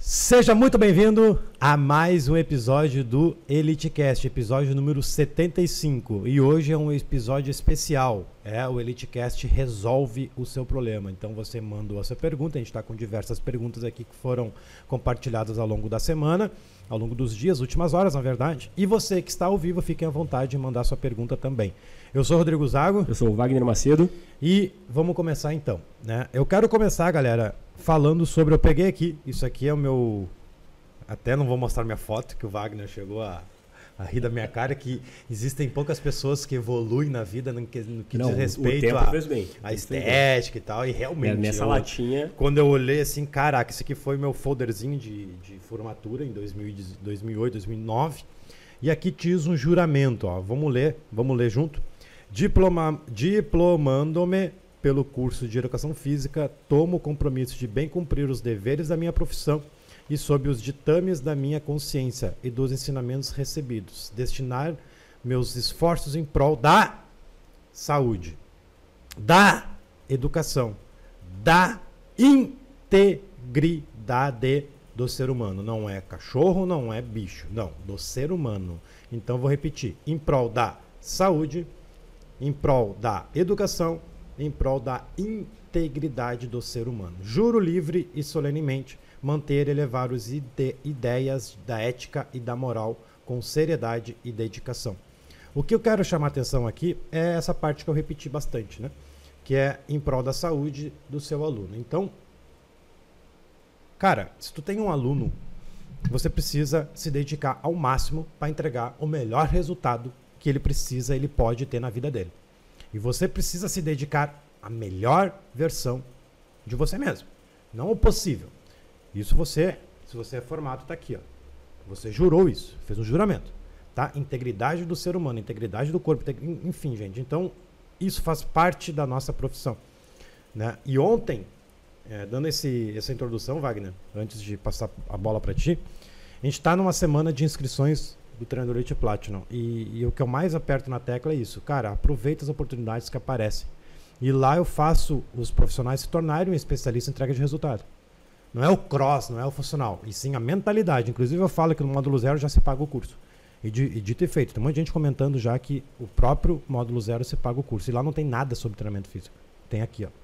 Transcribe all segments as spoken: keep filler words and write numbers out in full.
Seja muito bem-vindo a mais um episódio do EliteCast, episódio número setenta e cinco. E hoje é um episódio especial. É, o EliteCast resolve o seu problema. Então você mandou a sua pergunta, a gente está com diversas perguntas aqui que foram compartilhadas ao longo da semana, ao longo dos dias, últimas horas, na verdade. E você que está ao vivo, fiquem à vontade de mandar sua pergunta também. Eu sou o Rodrigo Zago. Eu sou o Wagner Macedo. E vamos começar então, né? Eu quero começar, galera, falando sobre... Eu peguei aqui, isso aqui é o meu... Até não vou mostrar minha foto, que o Wagner chegou a, a rir da minha cara, que existem poucas pessoas que evoluem na vida no que, no que não, diz respeito a, a estética e tal. E realmente... Nessa eu, latinha... Quando eu olhei assim, caraca, esse aqui foi meu folderzinho de, de formatura em dois mil e oito, dois mil e nove. E aqui diz um juramento, ó. Vamos ler, vamos ler junto. Diploma, diplomando-me pelo curso de Educação Física, tomo o compromisso de bem cumprir os deveres da minha profissão e sob os ditames da minha consciência e dos ensinamentos recebidos, destinar meus esforços em prol da saúde, da educação, da integridade do ser humano. Não é cachorro, não é bicho, não, do ser humano. Então vou repetir, em prol da saúde, em prol da educação, em prol da integridade do ser humano. Juro livre e solenemente manter e elevar as ide- ideias da ética e da moral com seriedade e dedicação. O que eu quero chamar a atenção aqui é essa parte que eu repeti bastante, né? Que é em prol da saúde do seu aluno. Então, cara, se tu tem um aluno, você precisa se dedicar ao máximo para entregar o melhor resultado que ele precisa, ele pode ter na vida dele. E você precisa se dedicar à melhor versão de você mesmo. Não o possível. Isso você, se você é formado, está aqui, ó. Você jurou isso, fez um juramento. Tá? Integridade do ser humano, integridade do corpo, enfim, gente. Então, isso faz parte da nossa profissão. Né? E ontem, é, dando esse, essa introdução, Wagner, antes de passar a bola para ti, a gente está numa semana de inscrições do Treinador Elite Platinum. E, e o que eu mais aperto na tecla é isso. Cara, aproveita as oportunidades que aparecem. E lá eu faço os profissionais se tornarem um especialista em entrega de resultado. Não é o cross, não é o funcional, e sim a mentalidade. Inclusive eu falo que no módulo zero já se paga o curso. E, de, e dito e feito, tem muita gente comentando já que o próprio módulo zero se paga o curso. E lá não tem nada sobre treinamento físico. Tem aqui, ó.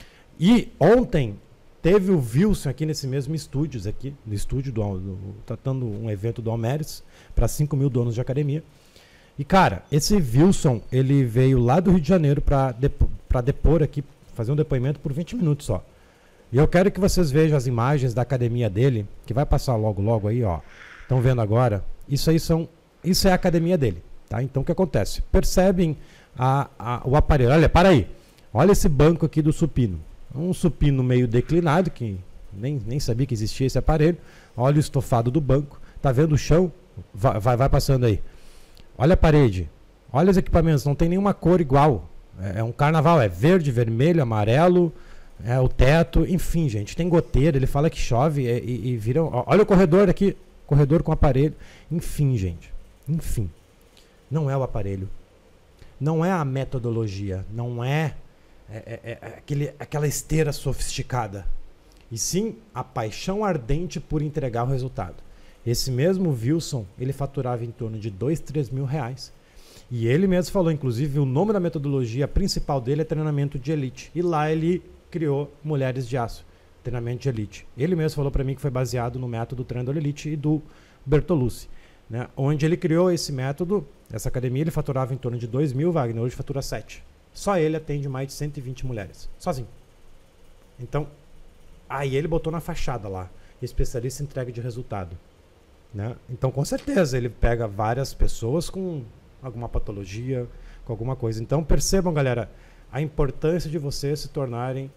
E ontem teve o Wilson aqui nesse mesmo estúdio, aqui, no estúdio, do, do, tratando um evento do Almeres para cinco mil donos de academia. E, cara, esse Wilson, ele veio lá do Rio de Janeiro para depo, para depor aqui, fazer um depoimento por vinte minutos só. E eu quero que vocês vejam as imagens da academia dele, que vai passar logo, logo aí, ó. Estão vendo agora? Isso aí são, isso é a academia dele, tá? Então, o que acontece? Percebem a, a, o aparelho. Olha, para aí. Olha esse banco aqui do supino. Um supino meio declinado, que nem, nem sabia que existia esse aparelho. Olha o estofado do banco. Tá vendo o chão? Vai, vai, vai passando aí. Olha a parede. Olha os equipamentos. Não tem nenhuma cor igual. É, é um carnaval. É verde, vermelho, amarelo. É o teto. Enfim, gente. Tem goteira. Ele fala que chove e, e, e vira... Olha o corredor aqui. Corredor com aparelho. Enfim, gente. Enfim. Não é o aparelho. Não é a metodologia. Não é... É, é, é aquele, aquela esteira sofisticada, e sim a paixão ardente por entregar o resultado. Esse mesmo Wilson, ele faturava em torno de dois, três mil reais, e ele mesmo falou, inclusive, o nome da metodologia principal dele é treinamento de elite, e lá ele criou Mulheres de Aço, treinamento de elite. Ele mesmo falou para mim que foi baseado no método Treinador Elite e do Bertolucci, né? Onde ele criou esse método, essa academia, ele faturava em torno de dois mil, Wagner, hoje fatura sete. Só ele atende mais de cento e vinte mulheres, sozinho. Então, aí ele botou na fachada lá, especialista em entrega de resultado. Né? Então, com certeza, ele pega várias pessoas com alguma patologia, com alguma coisa. Então, percebam, galera, a importância de vocês se tornarem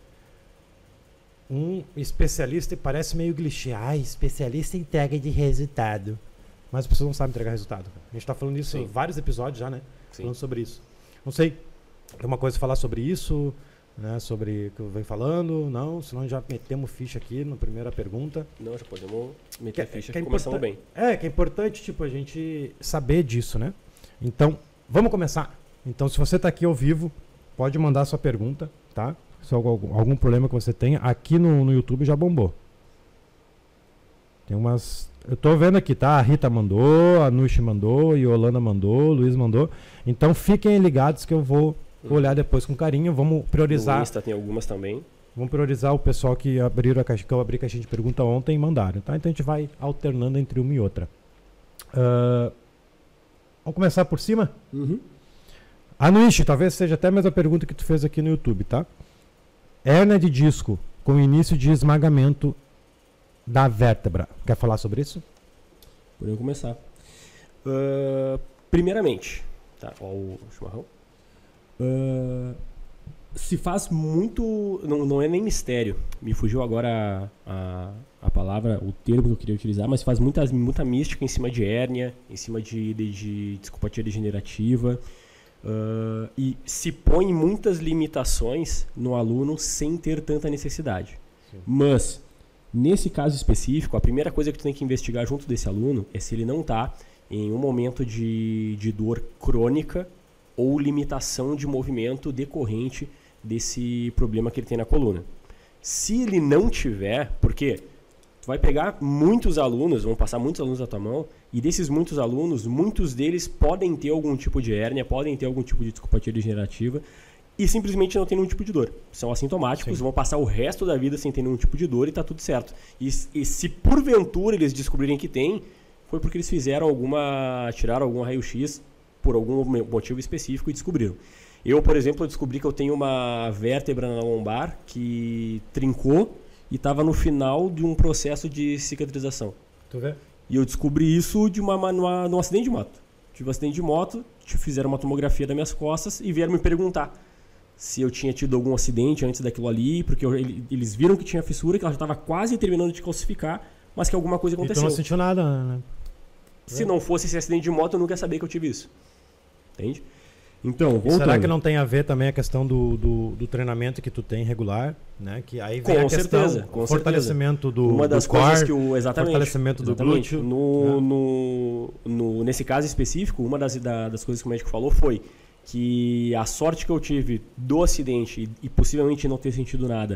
um especialista, e parece meio clichê. Ah, especialista em entrega de resultado. Mas as pessoas não sabem entregar resultado. A gente está falando disso em vários episódios já, né? Sim. Falando sobre isso. Não sei... Tem uma coisa a falar sobre isso, né, sobre o que eu venho falando? Não, senão já metemos ficha aqui na primeira pergunta. Não, já podemos meter que, ficha que que é começamos bem. É, que é importante tipo, a gente saber disso, né? Então, vamos começar. Então, se você está aqui ao vivo, pode mandar sua pergunta, tá? Se algum, algum problema que você tenha, aqui no, no YouTube já bombou. Tem umas... Eu tô vendo aqui, tá? A Rita mandou, a Nushi mandou, a Yolanda mandou, o Luiz mandou. Então fiquem ligados que eu vou hum. olhar depois com carinho. Vamos priorizar... No Insta tem algumas também. Vamos priorizar o pessoal que abriram a caixa, que eu abri a caixinha de pergunta ontem e mandaram, tá? Então a gente vai alternando entre uma e outra. Uh, vamos começar por cima? Uhum. A Nushi, talvez seja até a mesma pergunta que tu fez aqui no YouTube, tá? Hérnia de disco com início de esmagamento da vértebra. Quer falar sobre isso? Podemos começar. Uh, primeiramente, tá, ó, o chimarrão. Uh, se faz muito... Não, não é nem mistério. Me fugiu agora a, a, a palavra, o termo que eu queria utilizar, mas faz muita, muita mística em cima de hérnia, em cima de, de, de discopatia degenerativa. Uh, e se põe muitas limitações no aluno sem ter tanta necessidade. Sim. Mas, nesse caso específico, a primeira coisa que tu tem que investigar junto desse aluno é se ele não está em um momento de, de dor crônica ou limitação de movimento decorrente desse problema que ele tem na coluna. Se ele não tiver, porque tu vai pegar muitos alunos, vão passar muitos alunos na tua mão, e desses muitos alunos, muitos deles podem ter algum tipo de hérnia, podem ter algum tipo de discopatia degenerativa e simplesmente não tem nenhum tipo de dor. São assintomáticos, Sim. vão passar o resto da vida sem ter nenhum tipo de dor e está tudo certo. E, e se porventura eles descobrirem que tem, foi porque eles fizeram alguma, tiraram algum raio-x por algum motivo específico e descobriram. Eu, por exemplo, eu descobri que eu tenho uma vértebra na lombar que trincou e estava no final de um processo de cicatrização. Tu vê? E eu descobri isso de uma, numa, num acidente de moto. Tive um acidente de moto, fizeram uma tomografia das minhas costas e vieram me perguntar se eu tinha tido algum acidente antes daquilo ali, porque eu, eles viram que tinha fissura, que ela já estava quase terminando de calcificar, mas que alguma coisa aconteceu. E tu não sentiu nada, né? Se não fosse esse acidente de moto, eu nunca ia saber que eu tive isso. Entende? Então, voltando. Será que não tem a ver também a questão do, do, do treinamento que tu tem regular, né? Que aí vem com a questão certeza, com fortalecimento certeza. do Uma das do coisas core, que o exatamente, fortalecimento do exatamente. glúteo. No, né? no, no, nesse caso específico, uma das, da, das coisas que o médico falou foi que a sorte que eu tive do acidente e, e possivelmente não ter sentido nada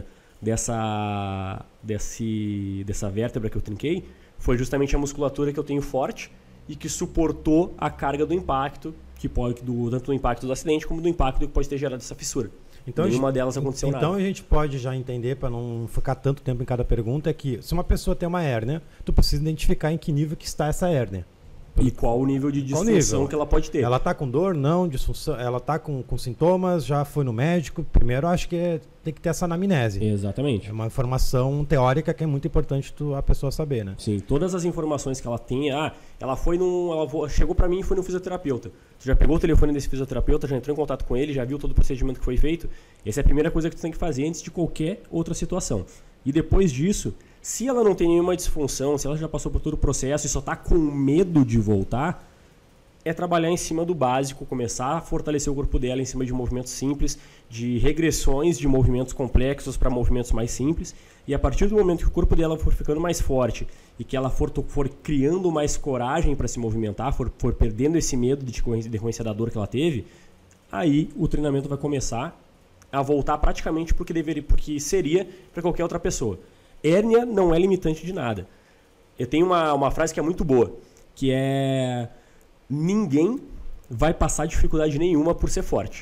dessa, desse, dessa vértebra que eu trinquei foi justamente a musculatura que eu tenho forte e que suportou a carga do impacto, que pode, do, tanto do impacto do acidente como do impacto que pode ter gerado essa fissura. Então, nenhuma delas aconteceu então nada. Então a gente pode já entender, para não ficar tanto tempo em cada pergunta, é que se uma pessoa tem uma hérnia, tu precisa identificar em que nível que está essa hérnia. E qual o nível de disfunção nível? que ela pode ter. Ela está com dor? Não. Disfunção, ela está com, com sintomas? Já foi no médico? Primeiro, acho que é, tem que ter essa anamnese. Exatamente. É uma informação teórica que é muito importante tu, a pessoa saber, né? Sim, todas as informações que ela tem. Ah, ela foi num. Ela chegou para mim e foi no fisioterapeuta. Tu já pegou o telefone desse fisioterapeuta, já entrou em contato com ele, já viu todo o procedimento que foi feito. Essa é a primeira coisa que tu tem que fazer antes de qualquer outra situação. E depois disso, se ela não tem nenhuma disfunção, se ela já passou por todo o processo e só está com medo de voltar, é trabalhar em cima do básico, começar a fortalecer o corpo dela em cima de movimentos simples, de regressões de movimentos complexos para movimentos mais simples. E a partir do momento que o corpo dela for ficando mais forte e que ela for, for criando mais coragem para se movimentar, for, for perdendo esse medo de decorrência da dor que ela teve, aí o treinamento vai começar a voltar praticamente porque, deveria, porque seria para qualquer outra pessoa. Hérnia não é limitante de nada. Eu tenho uma, uma frase que é muito boa, que é: ninguém vai passar dificuldade nenhuma por ser forte.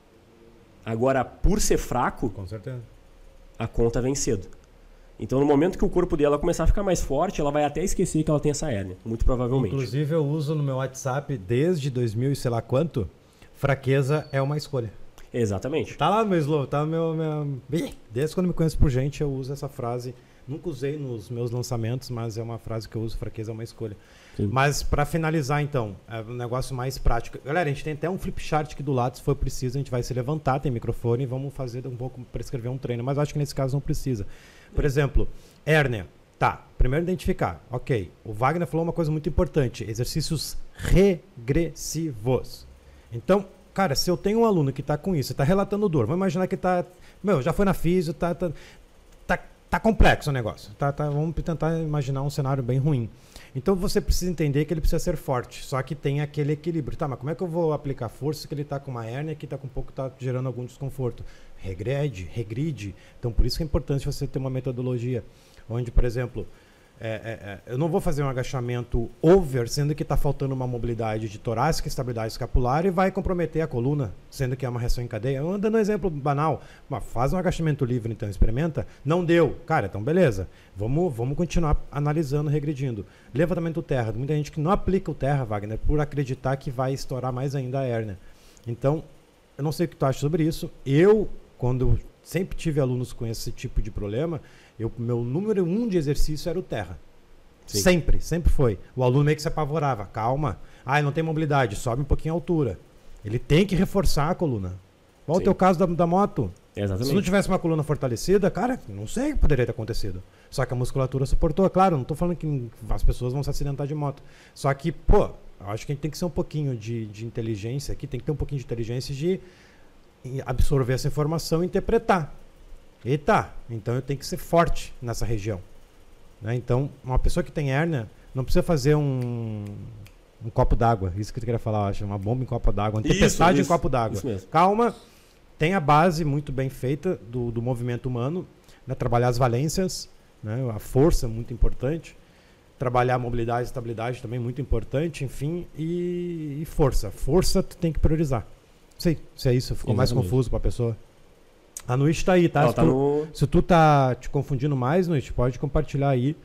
Agora, por ser fraco, com certeza, a conta vem cedo. Então, no momento que o corpo dela começar a ficar mais forte, ela vai até esquecer que ela tem essa hérnia, muito provavelmente. Inclusive, eu uso no meu WhatsApp desde dois mil e sei lá quanto, fraqueza é uma escolha. Exatamente. Tá lá no meu slow, tá no meu, meu... Desde quando me conheço por gente, eu uso essa frase. Nunca usei nos meus lançamentos, mas é uma frase que eu uso, fraqueza é uma escolha. Sim. Mas para finalizar, então, é um negócio mais prático. Galera, a gente tem até um flip chart aqui do lado, se for preciso, a gente vai se levantar, tem microfone e vamos fazer um pouco, prescrever um treino. Mas acho que nesse caso não precisa. Por exemplo, hérnia. Tá, primeiro identificar. Ok, o Wagner falou uma coisa muito importante, exercícios regressivos. Então, cara, se eu tenho um aluno que está com isso, está relatando dor, vamos imaginar que está, meu, já foi na físio, tá, tá, tá, tá complexo o negócio. Tá, tá, vamos tentar imaginar um cenário bem ruim. Então você precisa entender que ele precisa ser forte, só que tem aquele equilíbrio. Tá, mas como é que eu vou aplicar força que ele está com uma hérnia que está com um pouco, está gerando algum desconforto? Regrede, regride. Então por isso que é importante você ter uma metodologia onde, por exemplo, É, é, é, eu não vou fazer um agachamento over, sendo que está faltando uma mobilidade de torácica, estabilidade escapular e vai comprometer a coluna, sendo que é uma reação em cadeia. Eu dando um exemplo banal, mas faz um agachamento livre, então experimenta. Não deu, cara, então beleza. Vamos, vamos continuar analisando, regredindo. Levantamento terra. Muita gente que não aplica o terra, Wagner, por acreditar que vai estourar mais ainda a hérnia. Então, eu não sei o que tu acha sobre isso. Eu, quando sempre tive alunos com esse tipo de problema, eu, meu número um de exercício era o terra. Sim. Sempre, sempre foi. O aluno meio que se apavorava. Calma. Ah, não tem mobilidade, sobe um pouquinho a altura. Ele tem que reforçar a coluna. Qual Sim. o teu caso da, da moto? Exatamente. Se não tivesse uma coluna fortalecida, cara, não sei o que poderia ter acontecido. Só que a musculatura suportou. Claro, não estou falando que as pessoas vão se acidentar de moto. Só que, pô, eu acho que a gente tem que ser um pouquinho de, de inteligência aqui, tem que ter um pouquinho de inteligência de absorver essa informação e interpretar. Eita, então eu tenho que ser forte nessa região. Né? Então, uma pessoa que tem hérnia não precisa fazer um, um copo d'água. Isso que eu queria falar, acho, uma bomba em copo d'água, uma tempestade em copo d'água. Calma, tem a base muito bem feita do, do movimento humano, né? Trabalhar as valências, né? A força muito importante, trabalhar a mobilidade e estabilidade também muito importante, enfim, e, e força. Força tu tem que priorizar. Sei, se é isso, ficou Exatamente. mais confuso para a pessoa. A Nuit está aí, tá? Ela Se, tá tu, no... se tu tá te confundindo mais, Nuit, pode compartilhar aí.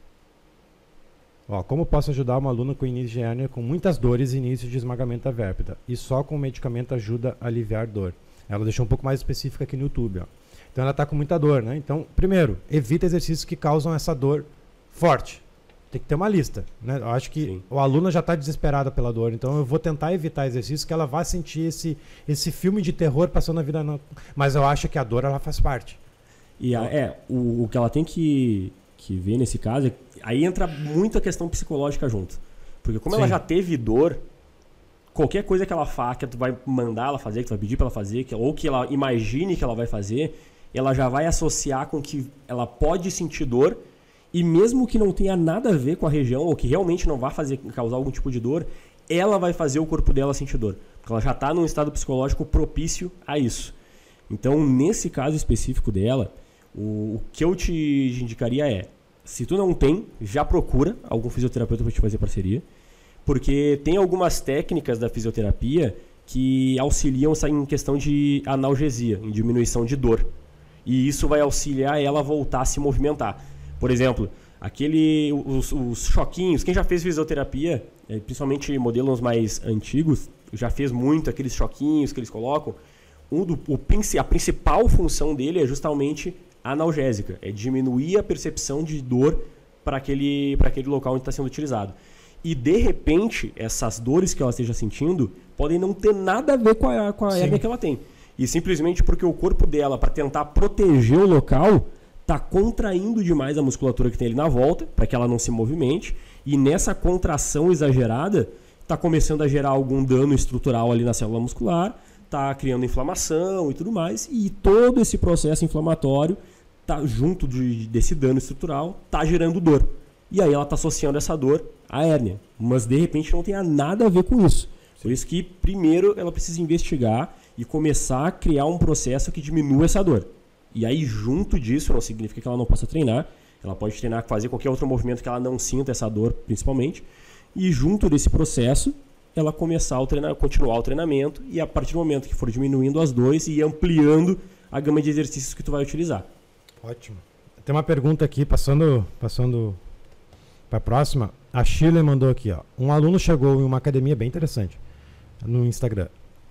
Ó, como posso ajudar uma aluna com início de hérnia com muitas dores e início de esmagamento da vértebra? E só com o medicamento ajuda a aliviar dor. Ela deixou um pouco mais específica aqui no YouTube, ó. Então ela está com muita dor, né? Então, primeiro, evita exercícios que causam essa dor forte. Tem que ter uma lista, né? Eu acho que Sim. o aluno já está desesperado pela dor, então eu vou tentar evitar exercícios que ela vá sentir esse, esse filme de terror passando na vida. No... Mas eu acho que a dor, ela faz parte. E a, é, o, o que ela tem que, que ver nesse caso, é, aí entra muito a questão psicológica junto. Porque como Sim. ela já teve dor, qualquer coisa que ela faça, que tu vai mandar ela fazer, que tu vai pedir para ela fazer, que, ou que ela imagine que ela vai fazer, ela já vai associar com que ela pode sentir dor. E mesmo que não tenha nada a ver com a região, ou que realmente não vá fazer, causar algum tipo de dor, ela vai fazer o corpo dela sentir dor. Porque ela já está num estado psicológico propício a isso. Então, nesse caso específico dela, o, o que eu te indicaria é, se tu não tem, já procura algum fisioterapeuta para te fazer parceria. Porque tem algumas técnicas da fisioterapia que auxiliam em questão de analgesia, em diminuição de dor. E isso vai auxiliar ela a voltar a se movimentar. Por exemplo, aquele, os, os choquinhos, quem já fez fisioterapia, principalmente modelos mais antigos, já fez muito aqueles choquinhos que eles colocam. Um do, o, a principal função dele é justamente analgésica, é diminuir a percepção de dor para aquele, para aquele local onde está sendo utilizado. E de repente, essas dores que ela esteja sentindo podem não ter nada a ver com a, com a hérnia que ela tem. E simplesmente porque o corpo dela, para tentar proteger o local, está contraindo demais a musculatura que tem ali na volta, para que ela não se movimente, e nessa contração exagerada, está começando a gerar algum dano estrutural ali na célula muscular, está criando inflamação e tudo mais, e todo esse processo inflamatório, tá, junto de, desse dano estrutural, está gerando dor. E aí ela está associando essa dor à hérnia, mas de repente não tem nada a ver com isso. Sim. Por isso que primeiro ela precisa investigar e começar a criar um processo que diminua essa dor. E aí, junto disso, não significa que ela não possa treinar. Ela pode treinar, fazer qualquer outro movimento que ela não sinta essa dor, principalmente. E junto desse processo, ela começar a treinar, continuar o treinamento. E a partir do momento que for diminuindo as dores e ampliando a gama de exercícios que tu vai utilizar. Ótimo. Tem uma pergunta aqui, passando, passando para a próxima. A Shirley mandou aqui, ó. Um aluno chegou em uma academia bem interessante no Instagram.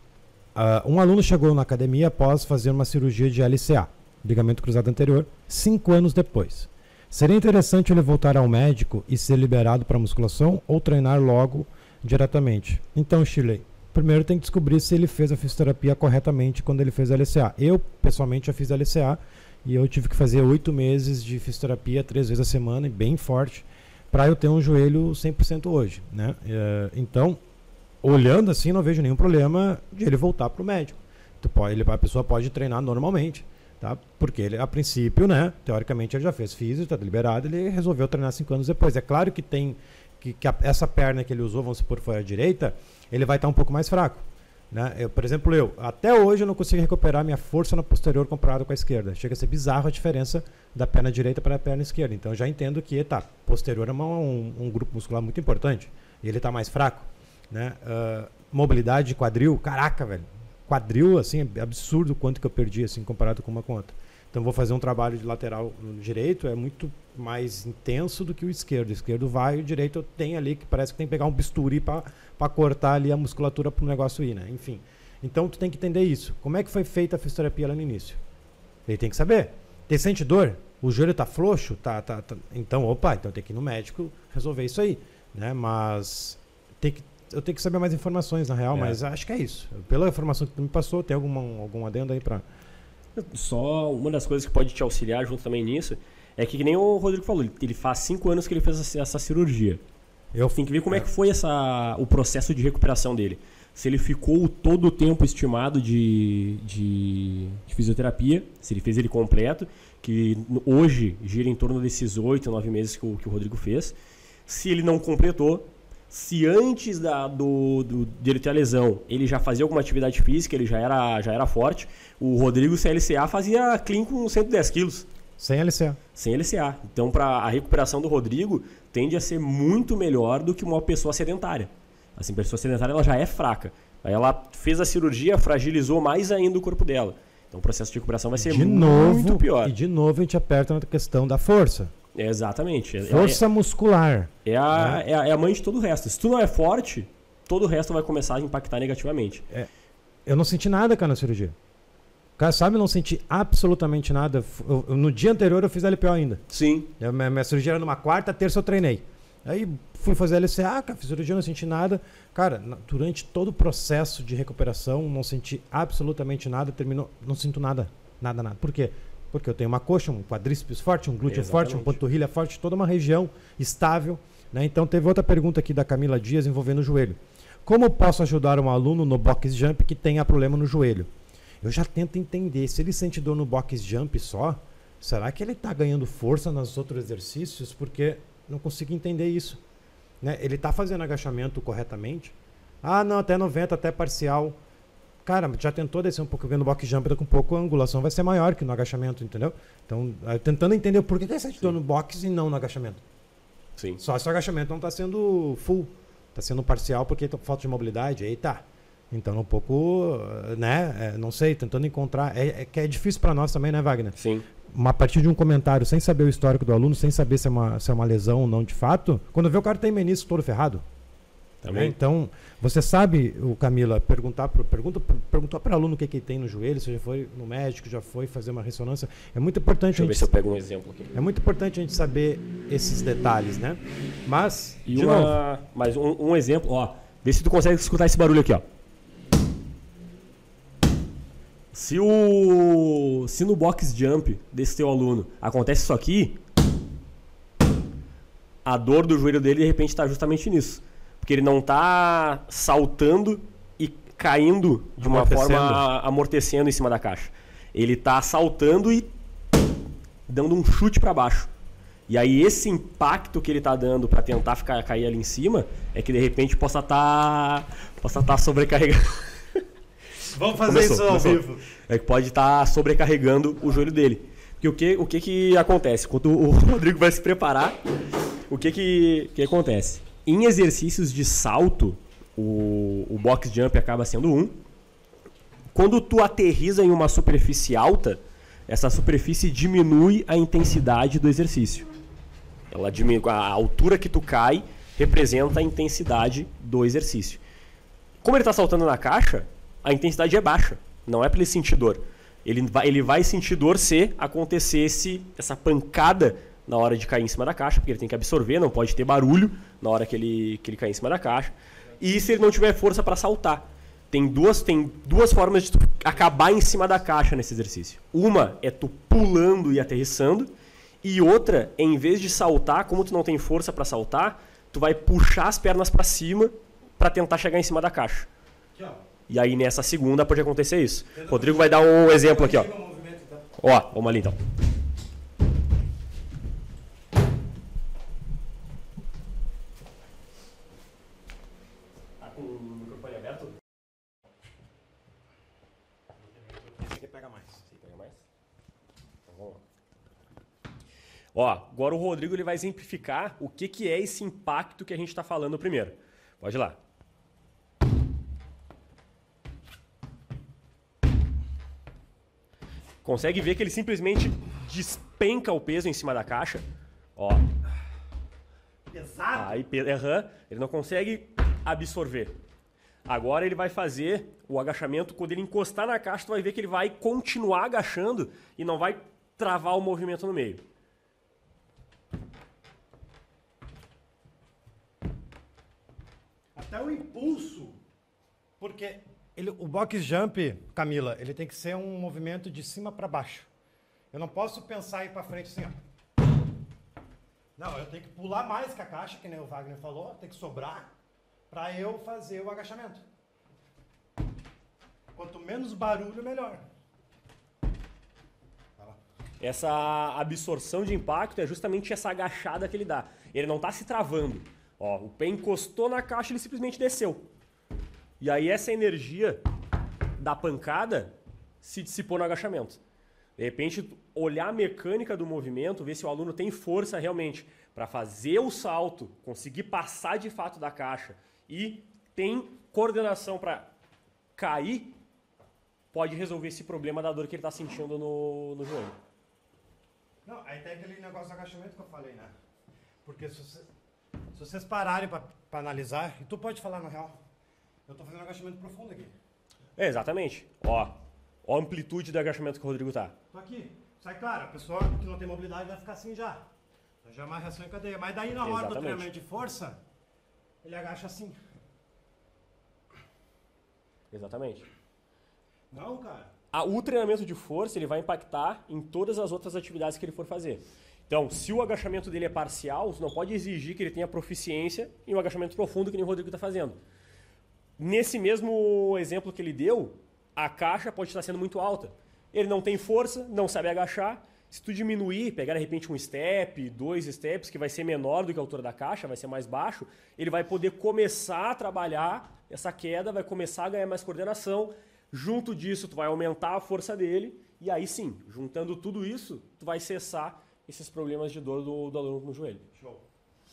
Uh, um aluno chegou na academia após fazer uma cirurgia de L C A, ligamento cruzado anterior, cinco anos depois. Seria interessante ele voltar ao médico e ser liberado para musculação ou treinar logo diretamente? Então, Shirley, primeiro tem que descobrir se ele fez a fisioterapia corretamente quando ele fez a L C A. Eu, pessoalmente, já fiz a L C A e eu tive que fazer oito meses de fisioterapia, três vezes a semana, bem forte, para eu ter um joelho cem por cento hoje, né? Uh, então, olhando assim, não vejo nenhum problema de ele voltar para o médico. Tu pode, ele, a pessoa pode treinar normalmente. Tá? Porque ele, a princípio, né, teoricamente ele já fez físico, está liberado, ele resolveu treinar cinco anos depois. É claro que tem que, que a, essa perna que ele usou, vamos supor, foi a direita, ele vai estar um pouco mais fraco. Né? Eu, por exemplo, eu, até hoje eu não consigo recuperar minha força na posterior comparado com a esquerda. Chega a ser bizarro a diferença da perna direita para a perna esquerda. Então eu já entendo que, tá, posterior é uma, um, um grupo muscular muito importante e ele está mais fraco. Né? Uh, mobilidade de quadril, caraca, velho. Quadril, assim, é absurdo o quanto que eu perdi, assim, comparado com uma com outra. Então vou fazer um trabalho de lateral no direito, é muito mais intenso do que o esquerdo. O esquerdo vai e o direito tem ali que parece que tem que pegar um bisturi para cortar ali a musculatura para o negócio ir, né? Enfim. Então tu tem que entender isso. Como é que foi feita a fisioterapia lá no início? Ele tem que saber. Tem sente dor? O joelho tá frouxo? Tá, tá, tá. Então, opa, então tem que ir no médico resolver isso aí, né? Mas tem que, eu tenho que saber mais informações na real, é. Mas acho que é isso. Pela informação que tu me passou, tem alguma, algum adendo aí para... Só uma das coisas que pode te auxiliar junto também nisso é que, que nem o Rodrigo falou, ele faz cinco anos que ele fez essa cirurgia. Eu tem que ver como é, é que foi essa, o processo de recuperação dele. Se ele ficou todo o tempo estimado de, de, de fisioterapia, se ele fez ele completo, que hoje gira em torno desses oito, nove meses que o, que o Rodrigo fez. Se ele não completou, se antes da, do, do, de ele ter a lesão ele já fazia alguma atividade física, ele já era, já era forte, o Rodrigo sem L C A fazia clean com cento e dez quilos. Sem L C A. Sem L C A. Então, pra, a recuperação do Rodrigo tende a ser muito melhor do que uma pessoa sedentária. Assim, a pessoa sedentária ela já é fraca. Aí ela fez a cirurgia, fragilizou mais ainda o corpo dela. Então o processo de recuperação vai ser de muito novo, pior. E de novo a gente aperta na questão da força. É, exatamente. Força é, muscular. É a, né? é, a, é a mãe de todo o resto. Se tu não é forte, todo o resto vai começar a impactar negativamente. É, eu não senti nada, cara, na cirurgia. Cara, sabe, eu não senti absolutamente nada. Eu, eu, no dia anterior eu fiz L P O ainda. Sim. Eu, minha, minha cirurgia era numa quarta, terça eu treinei. Aí fui fazer L C A, cara, fiz cirurgia, não senti nada. Cara, na, durante todo o processo de recuperação, não senti absolutamente nada. Terminou, não sinto nada. Nada, nada. Por quê? Porque eu tenho uma coxa, um quadríceps forte, um glúteo Exatamente. forte, uma panturrilha forte, toda uma região estável. Né? Então teve outra pergunta aqui da Camila Dias envolvendo o joelho. Como posso ajudar um aluno no box jump que tenha problema no joelho? Eu já tento entender, se ele sente dor no box jump só, será que ele está ganhando força nos outros exercícios? Porque não consigo entender isso. Né? Ele está fazendo agachamento corretamente? Ah, não, até noventa, até parcial. Cara, já tentou descer um pouco no box jump, daqui um pouco a angulação vai ser maior que no agachamento, entendeu? Então, tentando entender por que ele sente dor no box e não no agachamento. Sim. Só se o agachamento não está sendo full, está sendo parcial porque tá falta de mobilidade, aí tá. Então, um pouco, né, é, não sei, tentando encontrar, é, é que é difícil para nós também, né, Wagner? Sim. A partir de um comentário, sem saber o histórico do aluno, sem saber se é uma, se é uma lesão ou não de fato, quando vê o cara tem menisco todo ferrado. Também. Né? Então, você sabe, o Camila, perguntar pro, pergunta, perguntou para o aluno o que, que ele tem no joelho, se já foi no médico, já foi fazer uma ressonância. É muito importante. Deixa eu a gente, ver se eu pego um exemplo aqui. É muito importante a gente saber esses detalhes, né? Mas, e de uma, novo, mas um, um exemplo, ó, vê se tu consegue escutar esse barulho aqui, ó. Se, o, se no box jump desse teu aluno acontece isso aqui, a dor do joelho dele de repente está justamente nisso. Porque ele não está saltando e caindo de uma forma amortecendo em cima da caixa. Ele está saltando e dando um chute para baixo. E aí esse impacto que ele está dando para tentar ficar, cair ali em cima é que de repente possa estar tá, possa tá sobrecarregando. Vamos fazer começou, isso ao começou. vivo. É que pode estar tá sobrecarregando o joelho dele. Porque o que, o que que acontece? Quando o Rodrigo vai se preparar, o que que, que acontece? Em exercícios de salto, o, o box jump acaba sendo um. Quando tu aterriza em uma superfície alta, essa superfície diminui a intensidade do exercício. Ela diminui, a altura que tu cai representa a intensidade do exercício. Como ele está saltando na caixa, a intensidade é baixa, não é para ele sentir dor. Ele vai, ele vai sentir dor se acontecesse essa pancada na hora de cair em cima da caixa, porque ele tem que absorver, não pode ter barulho na hora que ele, que ele cair em cima da caixa. E se ele não tiver força para saltar. Tem duas, tem duas formas de tu acabar em cima da caixa nesse exercício. Uma é tu pulando e aterrissando, e outra é, em vez de saltar, como tu não tem força para saltar, tu vai puxar as pernas para cima para tentar chegar em cima da caixa. Aqui, ó. E aí nessa segunda pode acontecer isso. O Rodrigo vai dar um exemplo aqui, ó. Ó, vamos ali então. Tá com o microfone aberto? Ó, agora o Rodrigo ele vai exemplificar o que, que é esse impacto que a gente está falando primeiro. Pode ir lá. Consegue ver que ele simplesmente despenca o peso em cima da caixa. Ó. Pesado. Aí, uhum, ele não consegue absorver. Agora ele vai fazer o agachamento. Quando ele encostar na caixa, tu vai ver que ele vai continuar agachando e não vai travar o movimento no meio. Até o impulso. Porque ele, o box jump, Camila, ele tem que ser um movimento de cima para baixo. Eu não posso pensar ir para frente assim, ó. Não, eu tenho que pular mais que a caixa, que nem o Wagner falou, tem que sobrar para eu fazer o agachamento. Quanto menos barulho, melhor. Essa absorção de impacto é justamente essa agachada que ele dá. Ele não está se travando. Ó, o pé encostou na caixa, ele simplesmente desceu. E aí essa energia da pancada se dissipou no agachamento. De repente, olhar a mecânica do movimento, ver se o aluno tem força realmente para fazer o salto, conseguir passar de fato da caixa e tem coordenação para cair, pode resolver esse problema da dor que ele está sentindo no, no joelho. Não, aí tem aquele negócio do agachamento que eu falei, né? Porque se, você, se vocês pararem para analisar, e tu pode falar na real, eu tô fazendo um agachamento profundo aqui. É, exatamente. Ó, ó a amplitude do agachamento que o Rodrigo tá. Tô aqui. Sai claro, a pessoa que não tem mobilidade vai ficar assim já. Então já é uma reação em cadeia. Mas daí na hora Exatamente. do treinamento de força, ele agacha assim. Exatamente. Não, cara. A, o treinamento de força ele vai impactar em todas as outras atividades que ele for fazer. Então, se o agachamento dele é parcial, você não pode exigir que ele tenha proficiência em um agachamento profundo que nem o Rodrigo está fazendo. Nesse mesmo exemplo que ele deu, a caixa pode estar sendo muito alta. Ele não tem força, não sabe agachar. Se tu diminuir, pegar de repente um step, dois steps, que vai ser menor do que a altura da caixa, vai ser mais baixo, ele vai poder começar a trabalhar essa queda, vai começar a ganhar mais coordenação. Junto disso, tu vai aumentar a força dele e aí sim, juntando tudo isso, tu vai cessar esses problemas de dor do, do aluno no joelho. Show.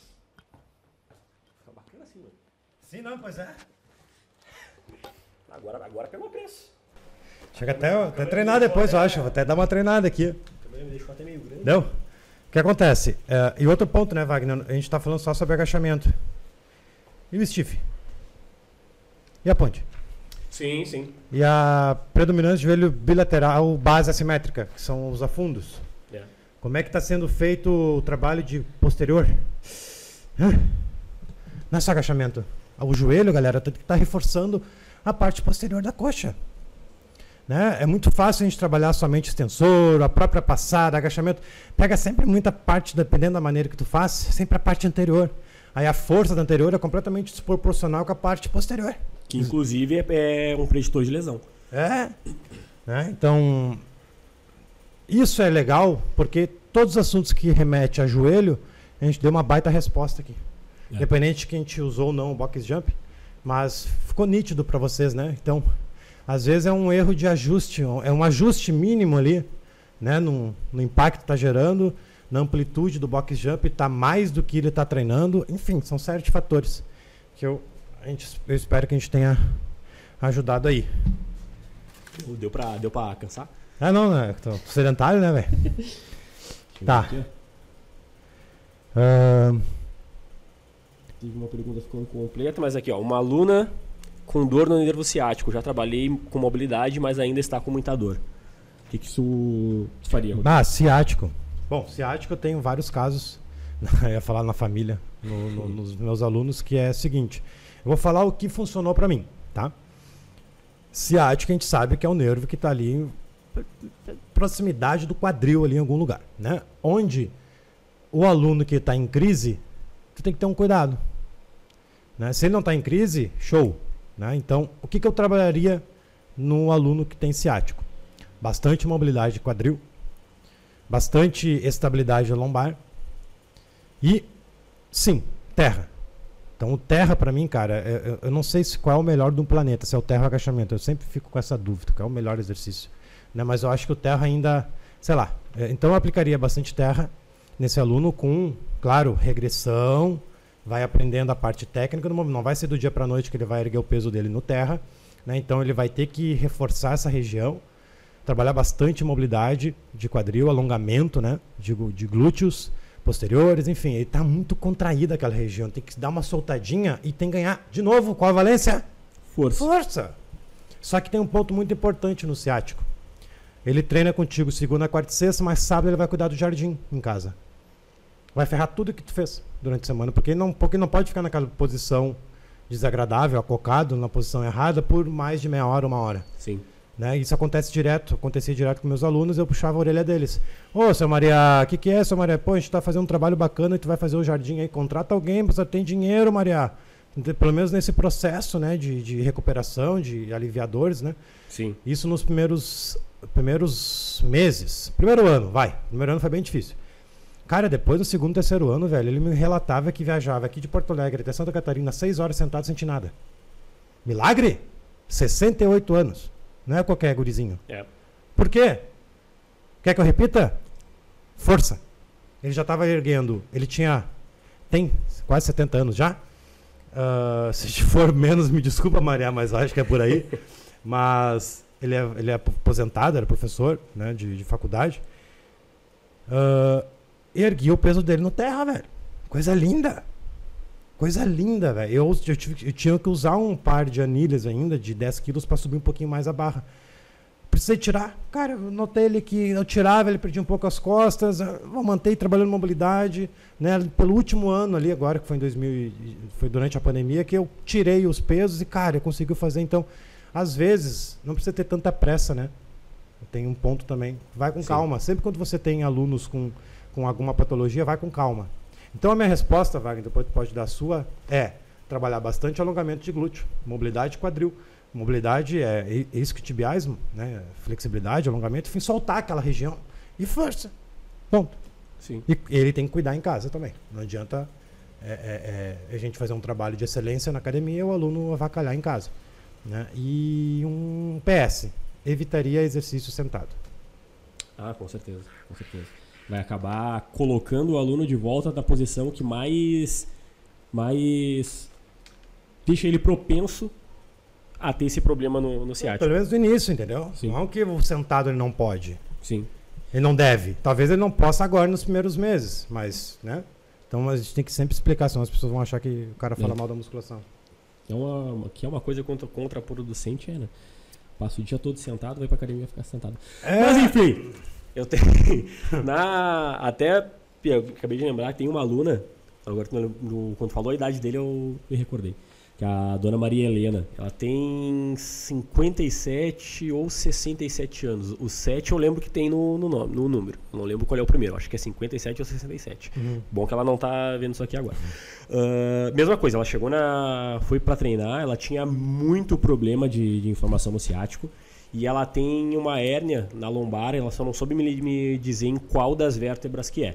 Fica bacana assim, mano. Sim, não, pois é. Agora, agora pegou preço. Chega até, até treinar depois, eu acho. Vou até dar uma treinada aqui. Também me deixou até meio grande. Deu? O que acontece? É, e outro ponto, né, Wagner? A gente está falando só sobre agachamento. E o stiff? E a ponte? Sim, sim. E a predominância de joelho bilateral, base assimétrica, que são os afundos. É. Como é que está sendo feito o trabalho de posterior? Hã? Não é só agachamento. O joelho, galera, tem que estar reforçando a parte posterior da coxa. Né? É muito fácil a gente trabalhar somente extensor, a própria passada, agachamento. Pega sempre muita parte, dependendo da maneira que tu faz, sempre a parte anterior. Aí a força da anterior é completamente desproporcional com a parte posterior. Que inclusive é, é um preditor de lesão. É. Né? Então, isso é legal porque todos os assuntos que remetem a joelho, a gente deu uma baita resposta aqui. É. Independente de que a gente usou ou não o box jump, mas ficou nítido para vocês, né? Então, às vezes é um erro de ajuste, é um ajuste mínimo ali, né? No, no impacto que está gerando, na amplitude do box jump, está mais do que ele está treinando. Enfim, são série de fatores que eu, a gente, eu espero que a gente tenha ajudado aí. Deu pra, deu pra cansar? Ah, não, né? Tô sedentário, né, velho? Tá. Uh... Tive uma pergunta ficando completa, mas aqui, ó. Uma aluna com dor no nervo ciático. Já trabalhei com mobilidade, mas ainda está com muita dor. O que, que isso faria? Rodrigo? Ah, ciático. Bom, ciático eu tenho vários casos. Eu ia falar na família, no, no, nos meus alunos, que é o seguinte. Eu vou falar o que funcionou para mim, tá? Ciático a gente sabe que é um nervo que está ali em proximidade do quadril ali em algum lugar, né? Onde o aluno que está em crise, tu tem que ter um cuidado, né? Se ele não está em crise, show, né? Então, o que, que eu trabalharia no aluno que tem ciático? Bastante mobilidade de quadril, bastante estabilidade lombar e, sim, terra. Então, o terra, para mim, cara, eu, eu não sei se qual é o melhor do planeta, se é o terra ou agachamento. Eu sempre fico com essa dúvida, qual é o melhor exercício, né? Mas eu acho que o terra ainda, sei lá. Então, eu aplicaria bastante terra, nesse aluno com, claro, regressão, vai aprendendo a parte técnica, não vai ser do dia para a noite que ele vai erguer o peso dele no terra, né? Então ele vai ter que reforçar essa região, trabalhar bastante mobilidade de quadril, alongamento, né? de, de glúteos posteriores, enfim, ele está muito contraído aquela região, tem que dar uma soltadinha e tem que ganhar de novo, qual a valência? Força. Força! Só que tem um ponto muito importante no ciático. Ele treina contigo segunda, quarta e sexta, mas sábado ele vai cuidar do jardim em casa. Vai ferrar tudo que tu fez durante a semana, porque não, porque não pode ficar naquela posição desagradável, acocado, na posição errada, por mais de meia hora, uma hora. Sim. Né? Isso acontece direto, acontecia direto com meus alunos, eu puxava a orelha deles. Ô, seu Maria, o que, que é, seu Maria? Pô, a gente tá fazendo um trabalho bacana e tu vai fazer o jardim aí, contrata alguém, você tem dinheiro, Maria. Pelo menos nesse processo, né, de, de recuperação, de aliviadores, né? Sim. Isso nos primeiros, primeiros meses. Primeiro ano, vai. Primeiro ano foi bem difícil. Cara, depois do segundo, terceiro ano, velho, ele me relatava que viajava aqui de Porto Alegre até Santa Catarina, seis horas sentado sem sentir nada. Milagre? sessenta e oito anos. Não é qualquer gurizinho. É. Por quê? Quer que eu repita? Força. Ele já estava erguendo. Ele tinha... Tem quase setenta anos já. Uh, se for menos, me desculpa, Maria, mas acho que é por aí. Mas ele é, ele é aposentado, era professor, né, de, de faculdade. Uh, ergui o peso dele no terra, velho. Coisa linda. Coisa linda, velho. Eu, eu, eu tinha que usar um par de anilhas ainda, de dez quilos, para subir um pouquinho mais a barra. Precisei tirar. Cara, eu notei ele que eu tirava, ele perdia um pouco as costas. Eu mantei trabalhando mobilidade. Né? Pelo último ano ali, agora, que foi em dois mil, foi durante a pandemia, que eu tirei os pesos e, cara, eu consegui fazer. Então, às vezes, não precisa ter tanta pressa, né? Tem um ponto também. Vai com Sim. calma. Sempre quando você tem alunos com, com alguma patologia, vai com calma. Então a minha resposta, Wagner, depois tu pode dar a sua, é trabalhar bastante alongamento de glúteo, mobilidade de quadril. Mobilidade é isquiotibiais, né? Flexibilidade, alongamento, enfim, soltar aquela região e força. Ponto. Sim. E ele tem que cuidar em casa também. Não adianta é, é, é, a gente fazer um trabalho de excelência na academia e o aluno avacalhar em casa. Né? E um P S, evitaria exercício sentado. Ah, com certeza, com certeza. Vai acabar colocando o aluno de volta na posição que mais, mais deixa ele propenso a ter esse problema no, no ciático. Pelo menos no início, entendeu? Sim. Não que o sentado ele não pode. Sim. Ele não deve. Talvez ele não possa agora nos primeiros meses, mas, né? Então a gente tem que sempre explicar, senão as pessoas vão achar que o cara fala é. mal da musculação. É uma, que é uma coisa contra, contraproducente, é, né? Passa o dia todo sentado, vai pra academia ficar sentado. É. Mas enfim... Eu tenho. Na, até. Eu acabei de lembrar que tem uma aluna. Agora, no, quando falou a idade dele, eu me recordei. Que é a dona Maria Helena. Ela tem cinquenta e sete ou sessenta e sete anos. O sete eu lembro que tem no, no, nome, no número. Eu não lembro qual é o primeiro. Acho que é cinquenta e sete ou sessenta e sete. Uhum. Bom que ela não tá vendo isso aqui agora. Uhum. Uh, mesma coisa, ela chegou na. Foi pra treinar. Ela tinha muito problema de, de inflamação no ciático. E ela tem uma hérnia na lombar, ela só não soube me, me dizer em qual das vértebras que é.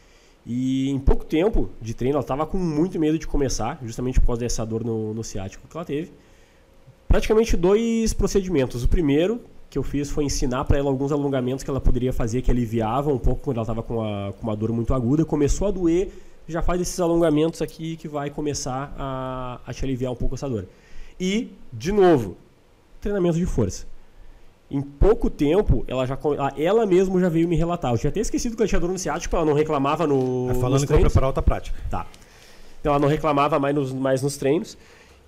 E em pouco tempo de treino, ela estava com muito medo de começar, justamente por causa dessa dor no, no ciático que ela teve. Praticamente dois procedimentos. O primeiro que eu fiz foi ensinar para ela alguns alongamentos que ela poderia fazer, que aliviavam um pouco quando ela estava com, com uma dor muito aguda. Começou a doer, já faz esses alongamentos aqui que vai começar a, a te aliviar um pouco essa dor. E, de novo, treinamento de força. Em pouco tempo, ela já ela mesma já veio me relatar. Eu tinha até esquecido que ela tinha dor no ciático, ela não reclamava no, é falando nos que treinos. Vou preparar outra prática. Tá. Então ela não reclamava mais nos, mais nos treinos.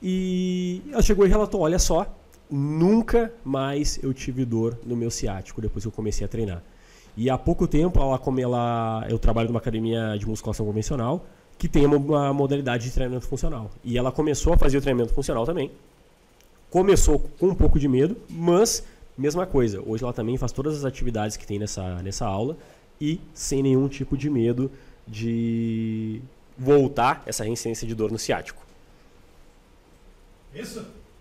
E ela chegou e relatou, olha só, nunca mais eu tive dor no meu ciático depois que eu comecei a treinar. E há pouco tempo, ela, como ela, eu trabalho numa academia de musculação convencional, que tem uma, uma modalidade de treinamento funcional. E ela começou a fazer o treinamento funcional também. Começou com um pouco de medo, mas... Mesma coisa, hoje ela também faz todas as atividades que tem nessa, nessa aula e sem nenhum tipo de medo de voltar essa reincidência de dor no ciático. Isso?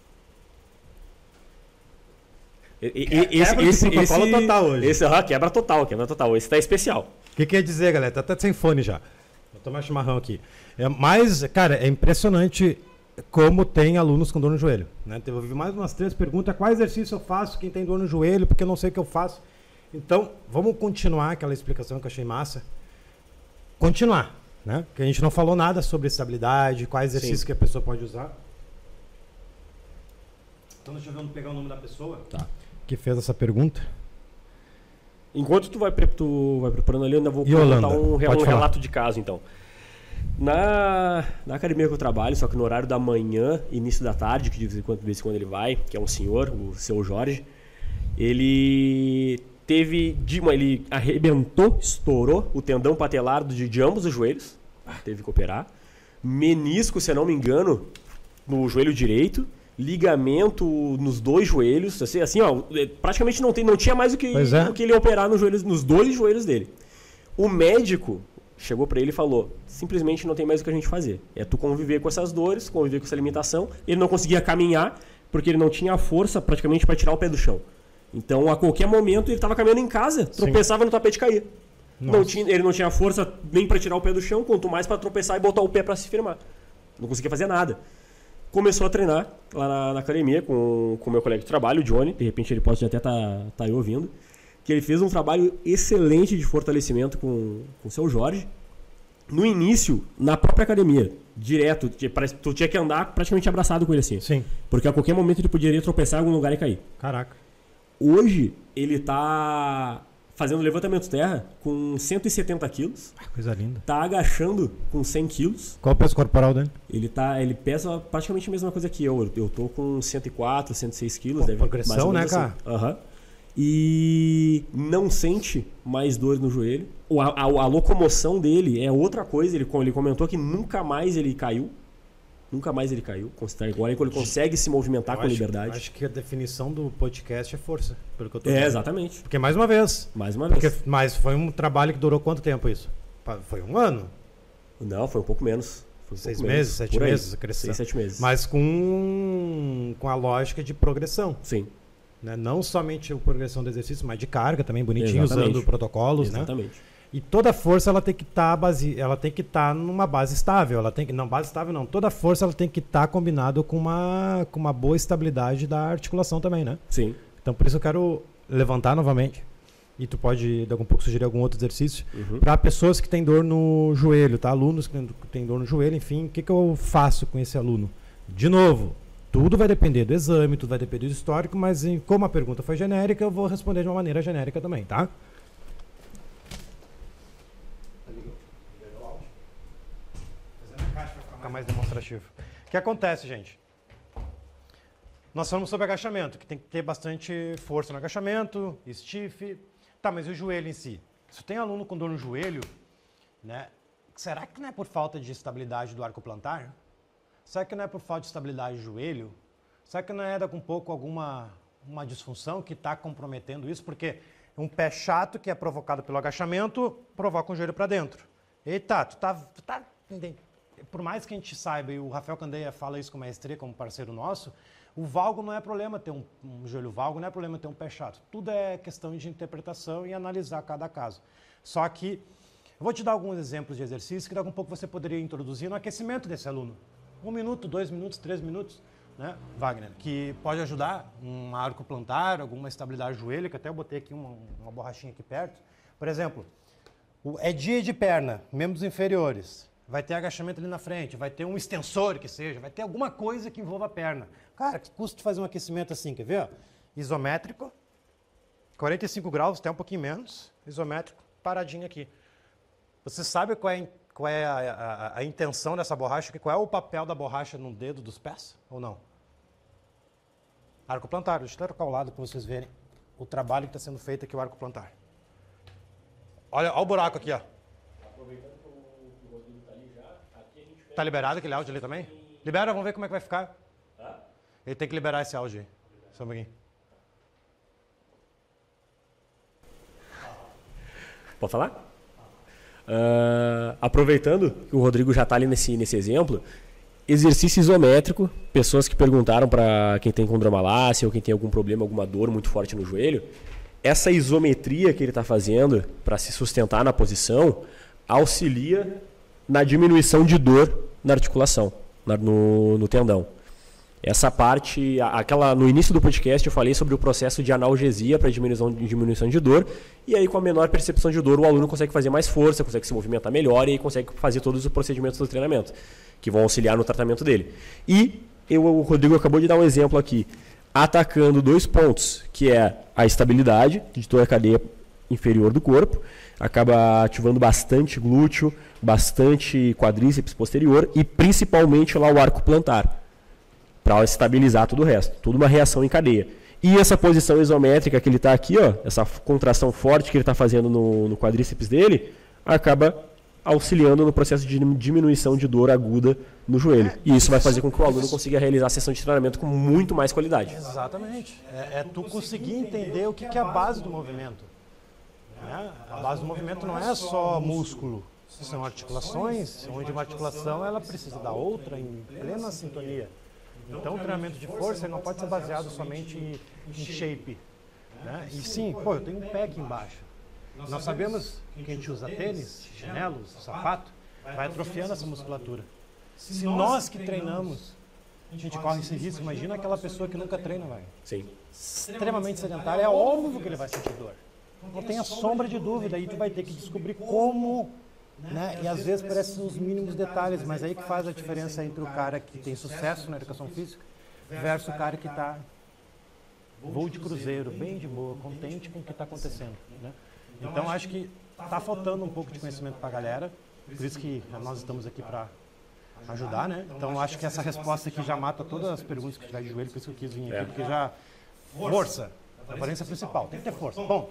E, e, esse, esse, esse, total hoje. Esse, ah, quebra total, quebra total. Esse tá especial. O que quer dizer, galera? Tá até sem fone já. Vou tomar chimarrão aqui. É, mas, cara, é impressionante... como tem alunos com dor no joelho. Né? Eu vi mais umas três perguntas. Qual exercício eu faço? Quem tem dor no joelho? Porque eu não sei o que eu faço. Então, vamos continuar aquela explicação que eu achei massa. continuar, né? Porque a gente não falou nada sobre estabilidade, quais exercícios Sim. que a pessoa pode usar. Então deixa eu pegar o nome da pessoa tá. que fez essa pergunta. Enquanto tu vai, tu vai preparando ali, eu ainda vou contar um, um relato de caso, então. Na, na academia que eu trabalho, só que no horário da manhã, início da tarde, que de vez em quando, de vez em quando ele vai, que é um senhor, o seu Jorge, ele teve, ele arrebentou, estourou o tendão patelar de, de ambos os joelhos, teve que operar, menisco, se eu não me engano, no joelho direito, ligamento nos dois joelhos, assim, assim ó, praticamente não, tem, não tinha mais o que, é. o que ele operar nos, joelhos, nos dois joelhos dele. O médico chegou para ele e falou, simplesmente não tem mais o que a gente fazer. É tu conviver com essas dores, conviver com essa limitação. Ele não conseguia caminhar porque ele não tinha força praticamente para tirar o pé do chão. Então, a qualquer momento, ele estava caminhando em casa, tropeçava Sim. no tapete e caía. Não tinha, ele não tinha força nem para tirar o pé do chão, quanto mais para tropeçar e botar o pé para se firmar. Não conseguia fazer nada. Começou a treinar lá na, na academia com o meu colega de trabalho, o Johnny. De repente ele pode até estar tá, tá aí ouvindo. Que ele fez um trabalho excelente de fortalecimento com o seu Jorge. No início, na própria academia, direto. Tu tinha que andar praticamente abraçado com ele assim. Sim. Porque a qualquer momento ele poderia tropeçar em algum lugar e cair. Caraca. Hoje ele tá fazendo levantamento terra com cento e setenta quilos. Ah, coisa linda. Tá agachando com cem quilos. Qual o peso corporal dele? Ele, tá, ele pesa praticamente a mesma coisa que eu. Eu tô com cento e quatro, cento e seis quilos. Pô, deve, progressão, né, cara? Assim. Aham. Uhum. E não sente mais dor no joelho. A, a, a locomoção dele é outra coisa. Ele, ele comentou que nunca mais ele caiu. Nunca mais ele caiu. Agora ele consegue se movimentar eu com acho, liberdade. Acho que a definição do podcast é força, pelo que eu tô É, vendo. Exatamente. Porque mais uma vez. Mais uma porque, vez. Mas foi um trabalho que durou quanto tempo isso? Foi um ano? Não, foi um pouco menos. Foi um Seis pouco meses, menos. sete meses? Cresceu. Seis, sete meses. Mas com, com a lógica de progressão. Sim. Né? Não somente a progressão do exercício, mas de carga também, bonitinho, Exatamente. usando protocolos. Exatamente. Né? E toda força ela tem que estar tá ela tem que estar tá numa base estável, ela tem que não base estável não, toda força ela tem que estar tá combinado com uma com uma boa estabilidade da articulação também, né? Sim. Então por isso eu quero levantar novamente. E tu pode daqui a um pouco sugerir algum outro exercício uhum. para pessoas que têm dor no joelho, tá? Alunos que têm dor no joelho, enfim, o que que eu faço com esse aluno? De novo, tudo vai depender do exame, tudo vai depender do histórico, mas como a pergunta foi genérica, eu vou responder de uma maneira genérica também, tá? Mais demonstrativo. O que acontece, gente? Nós falamos sobre agachamento, que tem que ter bastante força no agachamento, stiff. Tá, mas e o joelho em si? Se tem aluno com dor no joelho, né? Será que não é por falta de estabilidade do arco plantar? Será que não é por falta de estabilidade do joelho? Será que não é com um pouco alguma uma disfunção que está comprometendo isso? Porque um pé chato que é provocado pelo agachamento provoca um joelho para dentro. Eita, tu tá, tu tá por mais que a gente saiba, e o Rafael Candeia fala isso com maestria como parceiro nosso, o valgo não é problema ter um, um joelho valgo, não é problema ter um pé chato. Tudo é questão de interpretação e analisar cada caso. Só que eu vou te dar alguns exemplos de exercícios que daqui a pouco você poderia introduzir no aquecimento desse aluno. Um minuto, dois minutos, três minutos, né, Wagner? Que pode ajudar um arco plantar, alguma estabilidade do joelho, que até eu botei aqui uma, uma borrachinha aqui perto. Por exemplo, o, é dia de perna, membros inferiores. Vai ter agachamento ali na frente, vai ter um extensor que seja, vai ter alguma coisa que envolva a perna. Cara, que custa fazer um aquecimento assim, quer ver? Isométrico, quarenta e cinco graus, até um pouquinho menos, isométrico, paradinho aqui. Você sabe qual é, qual é a, a, a intenção dessa borracha? Qual é o papel da borracha no dedo dos pés, ou não? Arco plantar, deixa eu trocar o lado para vocês verem o trabalho que está sendo feito aqui, o arco plantar. Olha, olha o buraco aqui, ó. Tá liberado aquele áudio ali também? Libera, vamos ver como é que vai ficar. Ele tem que liberar esse áudio aí. Só um pouquinho. Pode falar? Uh, aproveitando que o Rodrigo já está ali nesse, nesse exemplo, exercício isométrico, pessoas que perguntaram para quem tem condromalácia ou quem tem algum problema, alguma dor muito forte no joelho, essa isometria que ele está fazendo para se sustentar na posição auxilia na diminuição de dor na articulação, na, no, no tendão. Essa parte, aquela, no início do podcast eu falei sobre o processo de analgesia para diminuição, diminuição de dor, e aí com a menor percepção de dor o aluno consegue fazer mais força, consegue se movimentar melhor e aí consegue fazer todos os procedimentos do treinamento, que vão auxiliar no tratamento dele. E eu, o Rodrigo acabou de dar um exemplo aqui, atacando dois pontos, que é a estabilidade de toda a cadeia inferior do corpo, acaba ativando bastante glúteo, bastante quadríceps posterior e principalmente lá o arco plantar, para estabilizar todo o resto, toda uma reação em cadeia. E essa posição isométrica que ele está aqui, ó, essa contração forte que ele está fazendo no, no quadríceps dele, acaba auxiliando no processo de diminuição de dor aguda no joelho. E isso vai fazer com que o aluno consiga realizar a sessão de treinamento com muito mais qualidade. Exatamente. É, é tu conseguir entender o que, que é a base do movimento. Né? A base do movimento não é só músculo, são articulações, onde uma articulação ela precisa da outra em plena sintonia. Então, o treinamento de força ele não pode ser baseado somente em, em shape. Né? E sim, pô, eu tenho um pé aqui embaixo. Nós sabemos que a gente usa tênis, chinelos, sapato, vai atrofiando essa musculatura. Se nós que treinamos, a gente corre esse risco, imagina aquela pessoa que nunca treina, vai. Sim. Extremamente sedentária, é óbvio que ele vai sentir dor. Não tenha sombra de dúvida, aí tu vai ter que descobrir como, né? E às vezes parecem os mínimos detalhes, mas aí que faz a diferença entre o cara que tem sucesso na educação física versus o cara que está voo de cruzeiro, bem de boa, contente com o que está acontecendo, né? Então acho que está faltando um pouco de conhecimento para a galera, por isso que nós estamos aqui para ajudar, né? Então acho que essa resposta aqui já mata todas as perguntas que tiver de joelho, por isso que eu quis vir aqui, porque já força, a aparência principal, tem que ter força. Bom,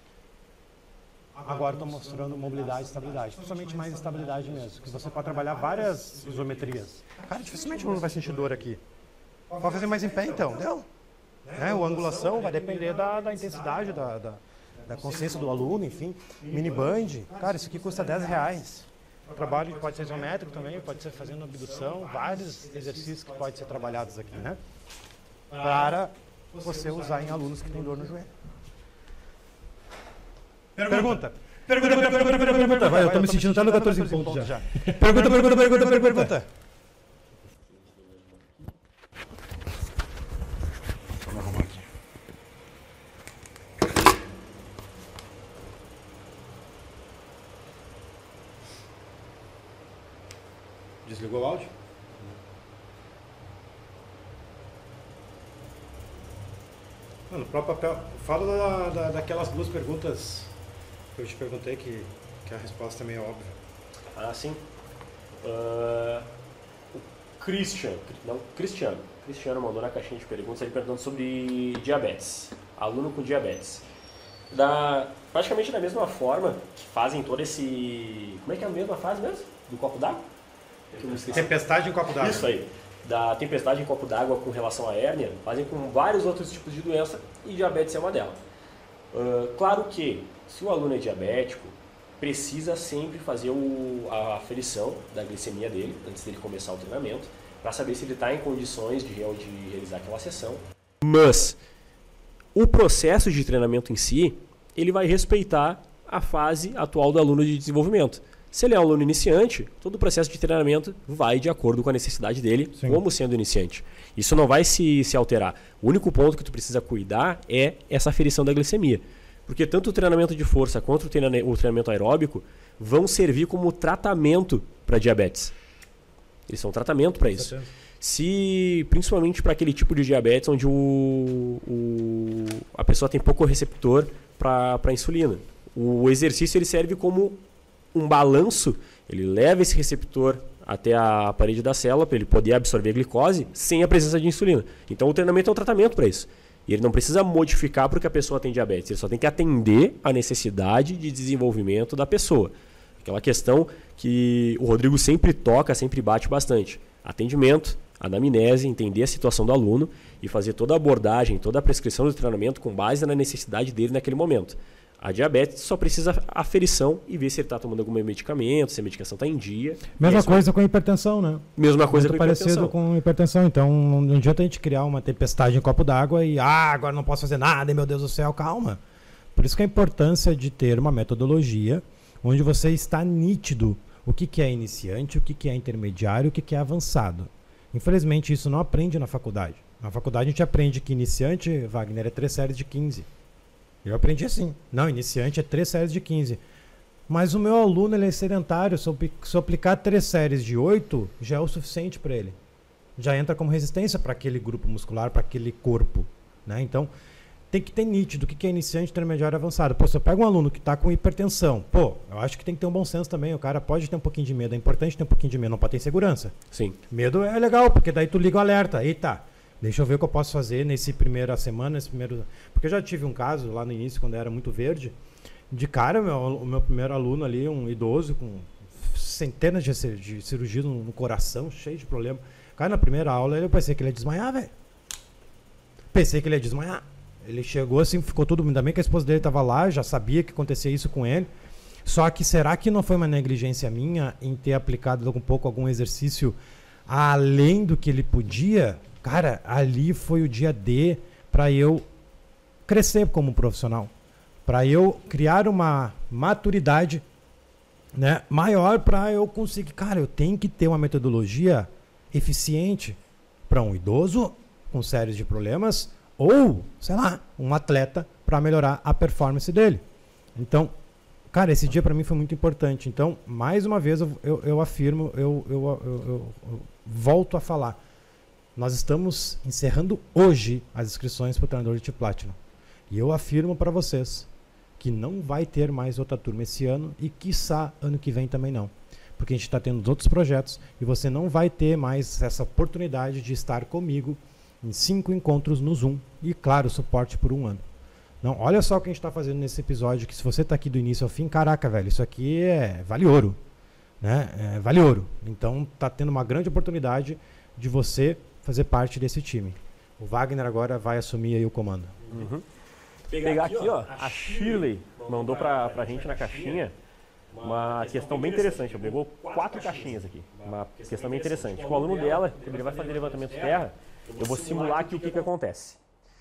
agora estou mostrando mobilidade e estabilidade, principalmente mais estabilidade mesmo, que você pode trabalhar várias isometrias. Cara, dificilmente o aluno vai sentir dor aqui. Pode fazer mais em pé então, deu? Né? A angulação vai depender da, da intensidade, da, da, da consciência do aluno, enfim. Mini band, cara, isso aqui custa dez reais. O trabalho pode ser isométrico também, pode ser fazendo abdução, vários exercícios que podem ser trabalhados aqui, né? Para você usar em alunos que têm dor no joelho. Pergunta. Pergunta, pergunta, pergunta, pergunta, pergunta. Vai, eu tô me sentindo até no quatorze pontos já. Pergunta, pergunta, pergunta, pergunta, pergunta. Vamos arrumar aqui. Desligou o áudio? Mano, o próprio papel. Fala da, da, daquelas duas perguntas que eu te perguntei, que, que a resposta também é óbvia. Ah, sim. Uh, o Christian, não, Cristiano. Cristiano mandou na caixinha de perguntas ele perguntando sobre diabetes. Aluno com diabetes. Da, praticamente da mesma forma que fazem todo esse... Como é que é a mesma fase mesmo? Do copo d'água? Tempestade em copo d'água. Isso aí. Da tempestade em copo d'água com relação à hérnia, fazem com vários outros tipos de doença e diabetes é uma delas. Uh, claro que, se o aluno é diabético, precisa sempre fazer o, a aferição da glicemia dele, antes dele começar o treinamento, para saber se ele está em condições de, de realizar aquela sessão. Mas, o processo de treinamento em si, ele vai respeitar a fase atual do aluno de desenvolvimento. Se ele é um aluno iniciante, todo o processo de treinamento vai de acordo com a necessidade dele, Sim. como sendo iniciante. Isso não vai se, se alterar. O único ponto que tu precisa cuidar é essa aferição da glicemia. Porque tanto o treinamento de força quanto o treinamento aeróbico vão servir como tratamento para diabetes. Eles são tratamento para isso. Se, principalmente para aquele tipo de diabetes onde o, o, a pessoa tem pouco receptor para a insulina. O exercício ele serve como um balanço, ele leva esse receptor até a parede da célula para ele poder absorver a glicose sem a presença de insulina. Então o treinamento é um tratamento para isso. E ele não precisa modificar porque a pessoa tem diabetes, ele só tem que atender a necessidade de desenvolvimento da pessoa. Aquela questão que o Rodrigo sempre toca, sempre bate bastante. Atendimento, anamnese, entender a situação do aluno e fazer toda a abordagem, toda a prescrição do treinamento com base na necessidade dele naquele momento. A diabetes só precisa aferição e ver se ele está tomando algum medicamento, se a medicação está em dia. Mesma coisa com a hipertensão, né? Mesma coisa Muito com a hipertensão. parecido com hipertensão. Então, não adianta a gente criar uma tempestade em copo d'água e, ah, agora não posso fazer nada, meu Deus do céu, calma. Por isso que a importância de ter uma metodologia onde você está nítido o que, que é iniciante, o que, que é intermediário, o que, que é avançado. Infelizmente, isso não aprende na faculdade. Na faculdade a gente aprende que iniciante, Wagner, é três séries de quinze. Eu aprendi assim. Não, iniciante é três séries de quinze. Mas o meu aluno ele é sedentário. Se eu, se eu aplicar três séries de oito, já é o suficiente para ele. Já entra como resistência para aquele grupo muscular, para aquele corpo. Né? Então, tem que ter nítido o que é iniciante, intermediário e avançado. Pô, se eu pego um aluno que está com hipertensão, pô, eu acho que tem que ter um bom senso também. O cara pode ter um pouquinho de medo. É importante ter um pouquinho de medo, não pode ter insegurança. Sim. Medo é legal, porque daí tu liga o alerta. Eita, deixa eu ver o que eu posso fazer nesse primeira semana, nesse primeiro... Porque eu já tive um caso lá no início, quando eu era muito verde, de cara, meu, o meu primeiro aluno ali, um idoso com centenas de, de cirurgias no, no coração, cheio de problema. Cara, na primeira aula eu pensei que ele ia desmaiar, velho. Pensei que ele ia desmaiar. Ele chegou assim, ficou tudo... Ainda bem que a esposa dele estava lá, já sabia que acontecia isso com ele. Só que será que não foi uma negligência minha em ter aplicado um pouco algum exercício além do que ele podia? Cara, ali foi o dia D para eu crescer como profissional. Para eu criar uma maturidade, né, maior para eu conseguir... Cara, eu tenho que ter uma metodologia eficiente para um idoso com séries de problemas ou, sei lá, um atleta para melhorar a performance dele. Então, cara, esse dia para mim foi muito importante. Então, mais uma vez, eu, eu, eu afirmo, eu, eu, eu, eu, eu volto a falar. Nós estamos encerrando hoje as inscrições para o treinador de T-Platinum. E eu afirmo para vocês que não vai ter mais outra turma esse ano e, quiçá, ano que vem também não. Porque a gente está tendo outros projetos e você não vai ter mais essa oportunidade de estar comigo em cinco encontros no Zoom e, claro, suporte por um ano. Não, olha só o que a gente está fazendo nesse episódio, que se você está aqui do início ao fim, caraca, velho, isso aqui é vale ouro. Né? É, vale ouro. Então, está tendo uma grande oportunidade de você fazer parte desse time. O Wagner agora vai assumir aí o comando. Uhum. Pegar, Pegar aqui, aqui, ó, a Shirley mandou pra, pra gente na caixinha uma questão bem interessante. Ela pegou quatro caixinhas aqui. Uma questão bem interessante. O aluno dela, quando ele vai fazer levantamento terra, eu vou simular aqui o que, que acontece.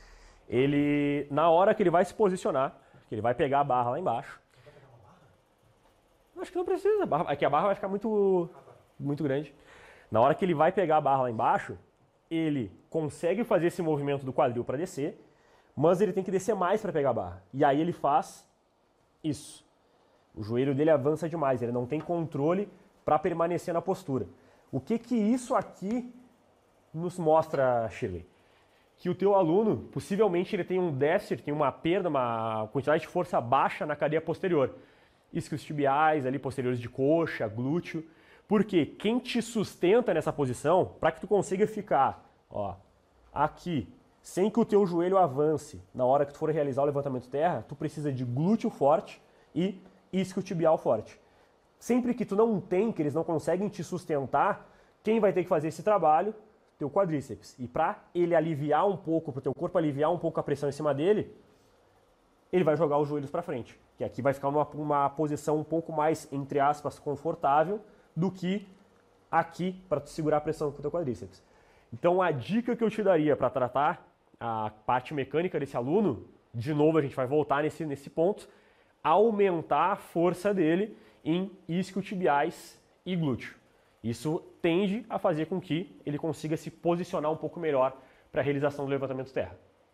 Ele, na hora que ele vai se posicionar, que ele vai pegar a barra lá embaixo. Acho que não precisa. Aqui a barra vai ficar muito, muito grande. Na hora que ele vai pegar a barra lá embaixo, ele consegue fazer esse movimento do quadril para descer, mas ele tem que descer mais para pegar a barra. E aí ele faz isso. O joelho dele avança demais, ele não tem controle para permanecer na postura. O que que isso aqui nos mostra, Shirley? Que o teu aluno, possivelmente ele tem um déficit, tem uma perda, uma quantidade de força baixa na cadeia posterior. Isquios tibiais, ali posteriores de coxa, glúteo. Porque quem te sustenta nessa posição, para que tu consiga ficar ó, aqui, sem que o teu joelho avance na hora que tu for realizar o levantamento terra, tu precisa de glúteo forte e isquiotibial forte. Sempre que tu não tem, que eles não conseguem te sustentar, quem vai ter que fazer esse trabalho? Teu quadríceps. E para ele aliviar um pouco, para o teu corpo aliviar um pouco a pressão em cima dele, ele vai jogar os joelhos para frente. Que aqui vai ficar numa uma posição um pouco mais, entre aspas, confortável do que aqui para tu segurar a pressão com o teu quadríceps. Então a dica que eu te daria para tratar a parte mecânica desse aluno, de novo a gente vai voltar nesse, nesse ponto, aumentar a força dele em isquiotibiais e glúteo. Isso tende a fazer com que ele consiga se posicionar um pouco melhor para a realização do levantamento terra.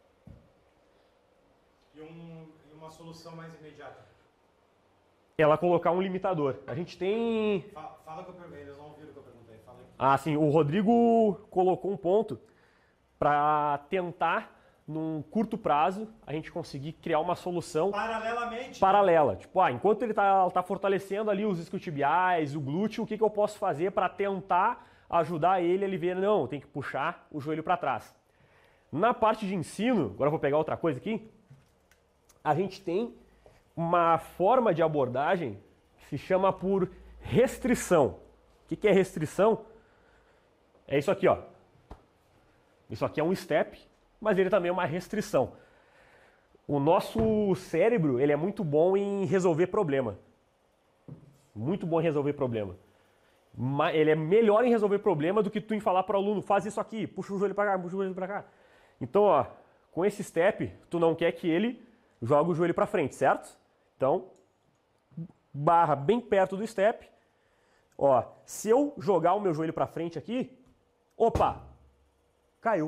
E, um, e uma solução mais imediata? Ela colocar um limitador. A gente tem... Fala, fala que eu perguntei, eles não ouviram o que eu perguntei. Fala aí. Ah, sim, o Rodrigo colocou um ponto para tentar, num curto prazo, a gente conseguir criar uma solução paralelamente paralela. Tipo, ah, enquanto ele está tá fortalecendo ali os isquiotibiais, o glúteo, o que, que eu posso fazer para tentar ajudar ele a ele ver, não, tem que puxar o joelho para trás. Na parte de ensino, agora eu vou pegar outra coisa aqui, a gente tem uma forma de abordagem que se chama por restrição. O que, que é restrição? É isso aqui, ó. Isso aqui é um step, mas ele também é uma restrição. O nosso cérebro, ele é muito bom em resolver problema. Muito bom em resolver problema. Ele é melhor em resolver problema do que tu em falar para o aluno, faz isso aqui, puxa o joelho para cá, puxa o joelho para cá. Então, ó, com esse step, tu não quer que ele jogue o joelho para frente, certo? Então, barra bem perto do step. Ó, se eu jogar o meu joelho para frente aqui, Opa, caiu.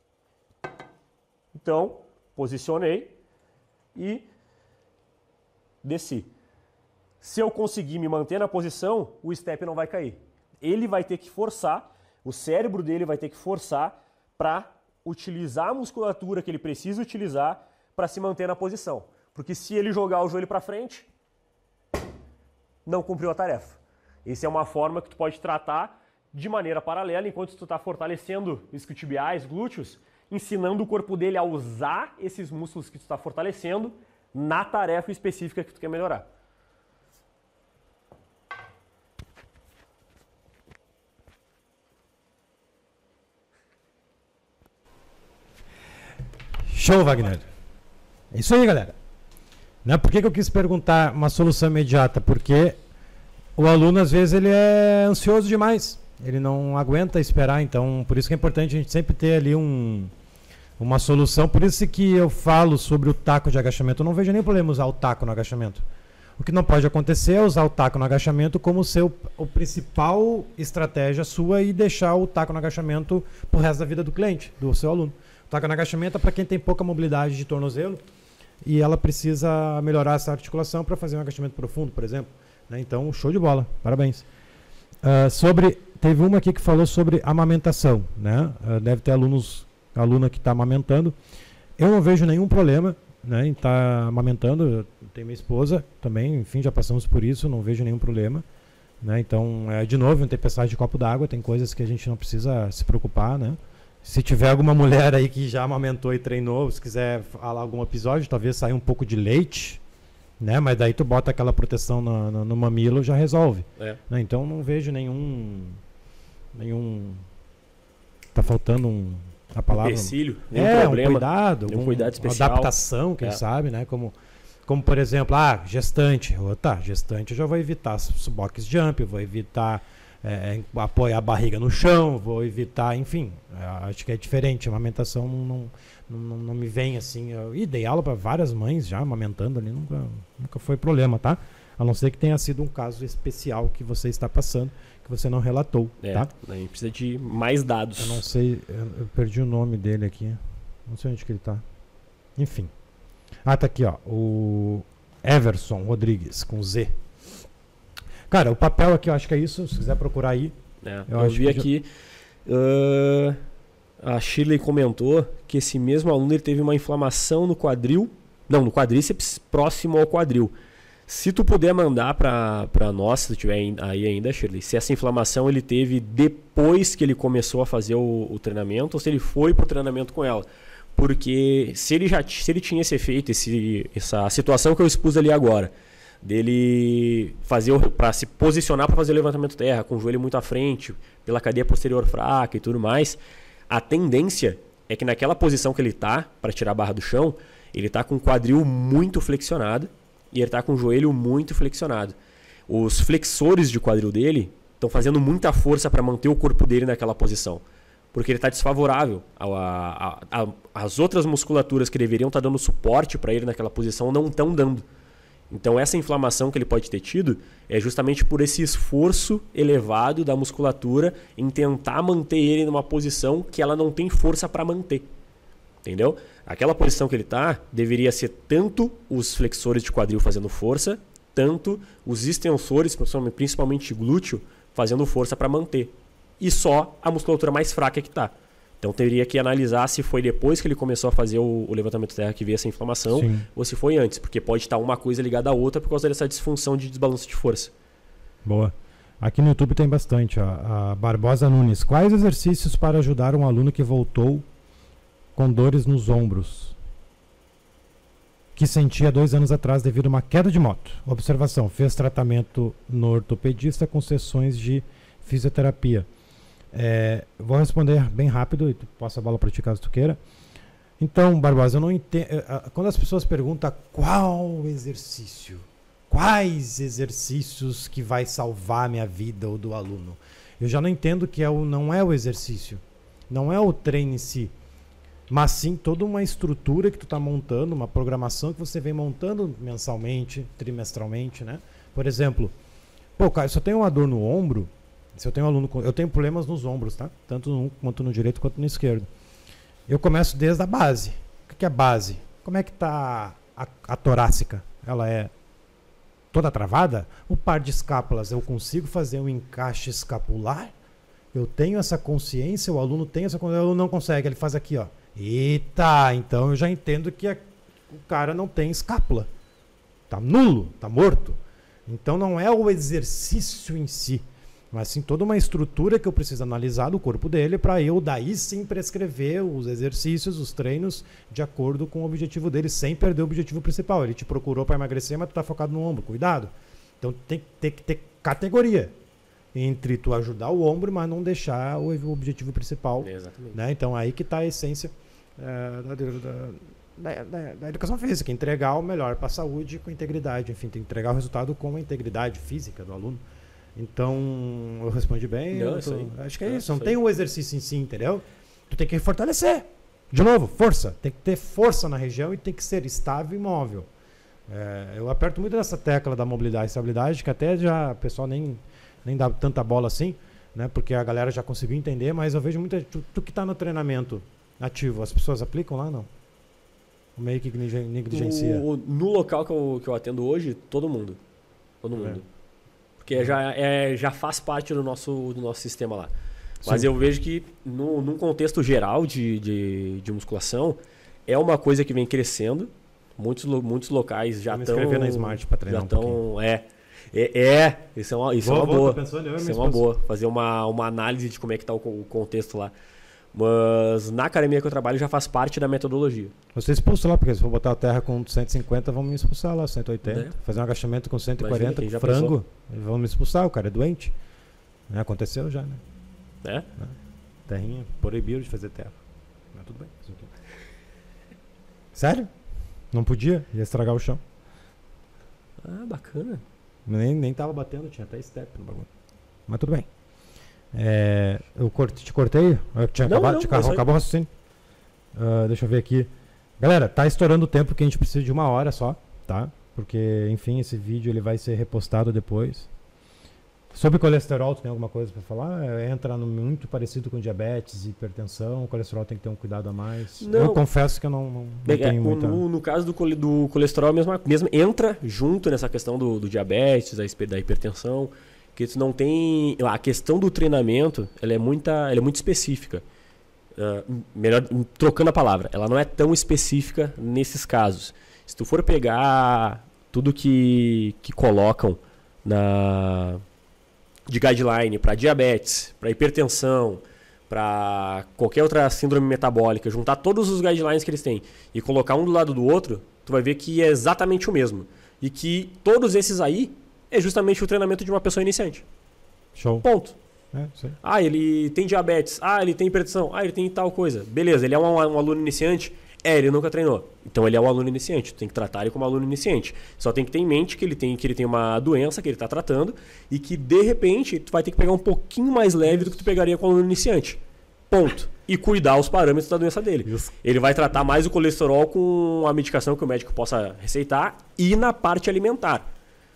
Então, posicionei e desci. Se eu conseguir me manter na posição, o step não vai cair. Ele vai ter que forçar, o cérebro dele vai ter que forçar para utilizar a musculatura que ele precisa utilizar para se manter na posição. Porque se ele jogar o joelho para frente, não cumpriu a tarefa. Essa é uma forma que tu pode tratar de maneira paralela, enquanto tu está fortalecendo isquiotibiais, glúteos, ensinando o corpo dele a usar esses músculos que tu está fortalecendo na tarefa específica que tu quer melhorar. Show, Wagner. É isso aí, galera. Né? Por que, que eu quis perguntar uma solução imediata? Porque o aluno, às vezes, ele é ansioso demais. Ele não aguenta esperar. Então, por isso que é importante a gente sempre ter ali um, uma solução. Por isso que eu falo sobre o taco de agachamento. Eu não vejo nenhum problema usar o taco no agachamento. O que não pode acontecer é usar o taco no agachamento como seu o principal estratégia sua e deixar o taco no agachamento pro resto da vida do cliente, do seu aluno. O taco no agachamento é para quem tem pouca mobilidade de tornozelo e ela precisa melhorar essa articulação para fazer um agachamento profundo, por exemplo. Né? Então, show de bola. Parabéns. Uh, sobre, teve uma aqui que falou sobre amamentação. Né? Uh, deve ter alunos, aluna que está amamentando. Eu não vejo nenhum problema, né, em estar tá amamentando. Eu tenho minha esposa também, enfim, já passamos por isso, não vejo nenhum problema. Né? Então, é, de novo, em tempestade de copo d'água, tem coisas que a gente não precisa se preocupar, né? Se tiver alguma mulher aí que já amamentou e treinou, se quiser falar algum episódio, talvez saia um pouco de leite, né? Mas daí tu bota aquela proteção no, no, no mamilo, já resolve. É. Né? Então não vejo nenhum... nenhum... Tá faltando um... a palavra... Empecilho, é, problema, um cuidado, um um, cuidado especial. Uma adaptação, quem é. sabe, né? Como, como, por exemplo, ah, gestante. Oh, tá, gestante eu já vou evitar box jump, eu vou evitar... É, apoiar a barriga no chão, vou evitar, enfim, acho que é diferente. A amamentação não, não, não, não me vem assim. Eu e dei aula para várias mães já amamentando ali, nunca, nunca foi problema, tá? A não ser que tenha sido um caso especial que você está passando, que você não relatou, é, tá? A gente precisa de mais dados. Eu não sei, eu, eu perdi o nome dele aqui, não sei onde que ele tá. Enfim. Ah, tá aqui, ó, o Everson Rodrigues, com Z. Cara, o papel aqui eu acho que é isso, se quiser procurar aí. É, eu eu vi aqui, uh, a Shirley comentou que esse mesmo aluno ele teve uma inflamação no quadril, não, no quadríceps próximo ao quadril. Se tu puder mandar para nós, se tu tiver aí ainda, Shirley, se essa inflamação ele teve depois que ele começou a fazer o, o treinamento ou se ele foi pro treinamento com ela. Porque se ele já se ele tinha esse efeito, esse, essa situação que eu expus ali agora, dele fazer para se posicionar para fazer o levantamento terra com o joelho muito à frente, pela cadeia posterior fraca e tudo mais, a tendência é que naquela posição que ele tá para tirar a barra do chão, ele tá com o quadril muito flexionado e ele tá com o joelho muito flexionado. Os flexores de quadril dele estão fazendo muita força para manter o corpo dele naquela posição, porque ele está desfavorável. A, a, a, as outras musculaturas que deveriam estar tá dando suporte para ele naquela posição não estão dando. Então essa inflamação que ele pode ter tido é justamente por esse esforço elevado da musculatura em tentar manter ele numa posição que ela não tem força para manter. Entendeu? Aquela posição que ele está deveria ser tanto os flexores de quadril fazendo força, tanto os extensores, principalmente glúteo, fazendo força para manter. E só a musculatura mais fraca que está. Então teria que analisar se foi depois que ele começou a fazer o, o levantamento terra que veio essa inflamação, sim, ou se foi antes, porque pode estar uma coisa ligada à outra por causa dessa disfunção de desbalanço de força. Boa. Aqui no YouTube tem bastante. Ó. A Barbosa Nunes. Quais exercícios para ajudar um aluno que voltou com dores nos ombros, que sentia dois anos atrás devido a uma queda de moto? Observação. Fez tratamento no ortopedista com sessões de fisioterapia. É, vou responder bem rápido e tu passa a bola para ti caso tu queira. Então, Barbosa, eu não entendo. Quando as pessoas perguntam qual exercício, quais exercícios que vai salvar a minha vida ou do aluno, eu já não entendo que é o, não é o exercício, não é o treino em si, mas sim toda uma estrutura que tu está montando, uma programação que você vem montando mensalmente, trimestralmente, né? Por exemplo, pô, cara, se eu tenho uma dor no ombro, Se eu tenho um aluno, com, eu tenho problemas nos ombros, tá? Tanto no quanto no direito quanto no esquerdo. Eu começo desde a base. O que é a base? Como é que está a, a torácica? Ela é toda travada? O par de escápulas, eu consigo fazer um encaixe escapular? Eu tenho essa consciência, o aluno tem essa consciência, o aluno não consegue, ele faz aqui, ó. Eita, então eu já entendo que a, o cara não tem escápula. Tá nulo, tá morto. Então não é o exercício em si, mas sim toda uma estrutura que eu preciso analisar do corpo dele para eu daí sim prescrever os exercícios, os treinos de acordo com o objetivo dele, sem perder o objetivo principal. Ele te procurou para emagrecer, mas tu tá focado no ombro, cuidado. Então tem que ter, ter categoria entre tu ajudar o ombro, mas não deixar o objetivo principal. Exatamente. Né? Então aí que está a essência é, da, da, da, da educação física, entregar o melhor para a saúde com integridade, enfim, tem que entregar o resultado com a integridade física do aluno. Então, eu respondi bem. Não, eu tô, isso aí. acho que é não, isso, não isso tem o exercício em si, entendeu? Tu tem que fortalecer. De novo, força. Tem que ter força na região e tem que ser estável e móvel. É, eu aperto muito nessa tecla da mobilidade e estabilidade, que até já o pessoal nem, nem dá tanta bola assim, né? Porque a galera já conseguiu entender, mas eu vejo muita. Tu, tu que está no treinamento ativo, as pessoas aplicam lá, não? Meio que negligencia. No, no local que eu, que eu atendo hoje, todo mundo. Todo mundo. É. Porque uhum. já, é, já faz parte do nosso, do nosso sistema lá. Mas Sim. eu vejo que, no, num contexto geral de, de, de musculação, é uma coisa que vem crescendo. Muitos, muitos locais já estão... escrever na Smart para treinar já tão, um é, é, é, isso é uma, isso vou, é uma boa. Pensando, eu isso é uma boa. Fazer uma, uma análise de como é que está o, o contexto lá. Mas na academia que eu trabalho já faz parte da metodologia. Você expulsa lá, porque se for botar a terra com cento e cinquenta, vão me expulsar lá, cento e oitenta. É. Fazer um agachamento com cento e quarenta, Imagina, frango, pensou? Vão me expulsar, o cara é doente. É, aconteceu já, né? É? é. Terrinha, proibiram de fazer terra. Mas tudo bem. Sério? Não podia? Ia estragar o chão. Ah, bacana. Nem, nem tava batendo, tinha até step no bagulho. Mas tudo bem. É, eu te cortei? Eu tinha não, acabado, não, tinha, acabou o raciocínio. Uh, deixa eu ver aqui. Galera, tá estourando o tempo que a gente precisa de uma hora só, tá? Porque, enfim, esse vídeo ele vai ser repostado depois. Sobre colesterol, tu tem alguma coisa para falar? É, entra no muito parecido com diabetes e hipertensão. O colesterol tem que ter um cuidado a mais. Não. Eu confesso que eu não, não, não é, tenho o, muita... No, no caso do, do colesterol, mesmo, mesmo entra junto nessa questão do, do diabetes, da, da hipertensão. Que tu não tem... A questão do treinamento, ela é, muita, ela é muito específica. Uh, melhor, trocando a palavra, ela não é tão específica nesses casos. Se tu for pegar tudo que, que colocam na, de guideline para diabetes, para hipertensão, para qualquer outra síndrome metabólica, juntar todos os guidelines que eles têm e colocar um do lado do outro, tu vai ver que é exatamente o mesmo. E que todos esses aí é justamente o treinamento de uma pessoa iniciante. Show. Ponto. É, ah, ele tem diabetes. Ah, ele tem hipertensão. Ah, ele tem tal coisa. Beleza, ele é um, um aluno iniciante? É, ele nunca treinou. Então ele é um aluno iniciante. Tu tem que tratar ele como aluno iniciante. Só tem que ter em mente que ele tem, que ele tem uma doença que ele está tratando e que, de repente, tu vai ter que pegar um pouquinho mais leve do que tu pegaria com o aluno iniciante. Ponto. E cuidar os parâmetros da doença dele. Isso. Ele vai tratar mais o colesterol com a medicação que o médico possa receitar e na parte alimentar.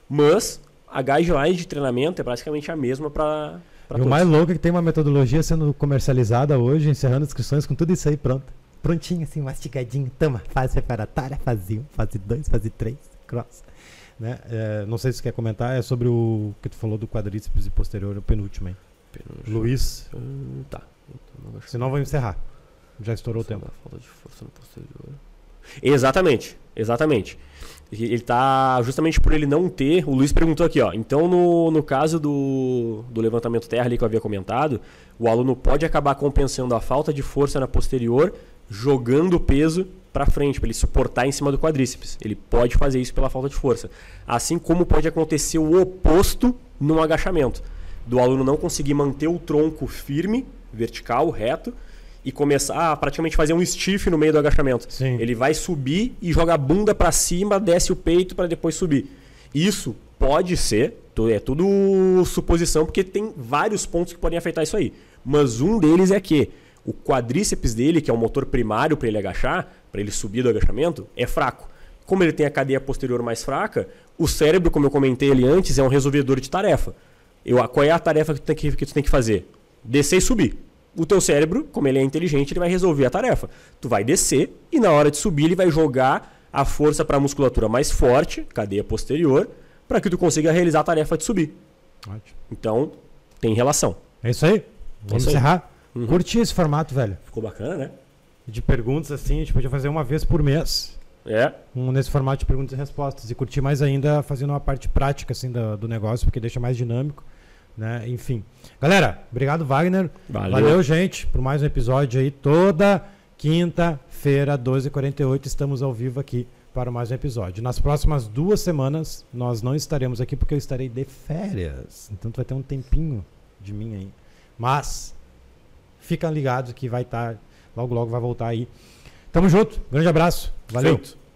Mas a guideline de treinamento é praticamente a mesma para todos. O mais louco é que tem uma metodologia sendo comercializada hoje, encerrando inscrições com tudo isso aí pronto. Prontinho, assim, mastigadinho. Toma, fase preparatória, fase um, fase dois, fase três, cross. Né? É, não sei se você quer comentar, é sobre o que tu falou do quadríceps e posterior, o penúltimo aí. Penúltimo. Luiz. Hum, tá. Então, senão vamos encerrar. Já estourou o tempo. Falta de força no posterior. Exatamente, exatamente. Ele está, justamente por ele não ter, o Luiz perguntou aqui, ó. Então no, no caso do, do levantamento terra ali que eu havia comentado, o aluno pode acabar compensando a falta de força na posterior, jogando o peso para frente, para ele suportar em cima do quadríceps. Ele pode fazer isso pela falta de força. Assim como pode acontecer o oposto no agachamento, do aluno não conseguir manter o tronco firme, vertical, reto, e começar a praticamente fazer um stiff no meio do agachamento. Sim. Ele vai subir e joga a bunda para cima, desce o peito para depois subir. Isso pode ser, é tudo suposição, porque tem vários pontos que podem afetar isso aí. Mas um deles é que o quadríceps dele, que é o motor primário para ele agachar, para ele subir do agachamento, é fraco. Como ele tem a cadeia posterior mais fraca, o cérebro, como eu comentei ali antes, é um resolvedor de tarefa. Eu, qual é a tarefa que tu, tem que, que tu tem que fazer? Descer e subir. O teu cérebro, como ele é inteligente, ele vai resolver a tarefa. Tu vai descer e na hora de subir ele vai jogar a força para a musculatura mais forte, cadeia posterior, para que tu consiga realizar a tarefa de subir. Ótimo. Então, tem relação. É isso aí. Vamos isso aí. encerrar. Uhum. Curti esse formato, velho. Ficou bacana, né? De perguntas assim, a gente podia fazer uma vez por mês. É. Um, nesse formato de perguntas e respostas. E curtir mais ainda fazendo uma parte prática assim, do, do negócio, porque deixa mais dinâmico. Né? Enfim. Galera, obrigado, Wagner. Valeu. Valeu, gente, por mais um episódio aí. Toda quinta-feira, doze e quarenta e oito, estamos ao vivo aqui para mais um episódio. Nas próximas duas semanas, nós não estaremos aqui porque eu estarei de férias. Então tu vai ter um tempinho de mim aí. Mas fica ligado que vai estar, logo logo vai voltar aí. Tamo junto. Grande abraço. Valeu. Feito.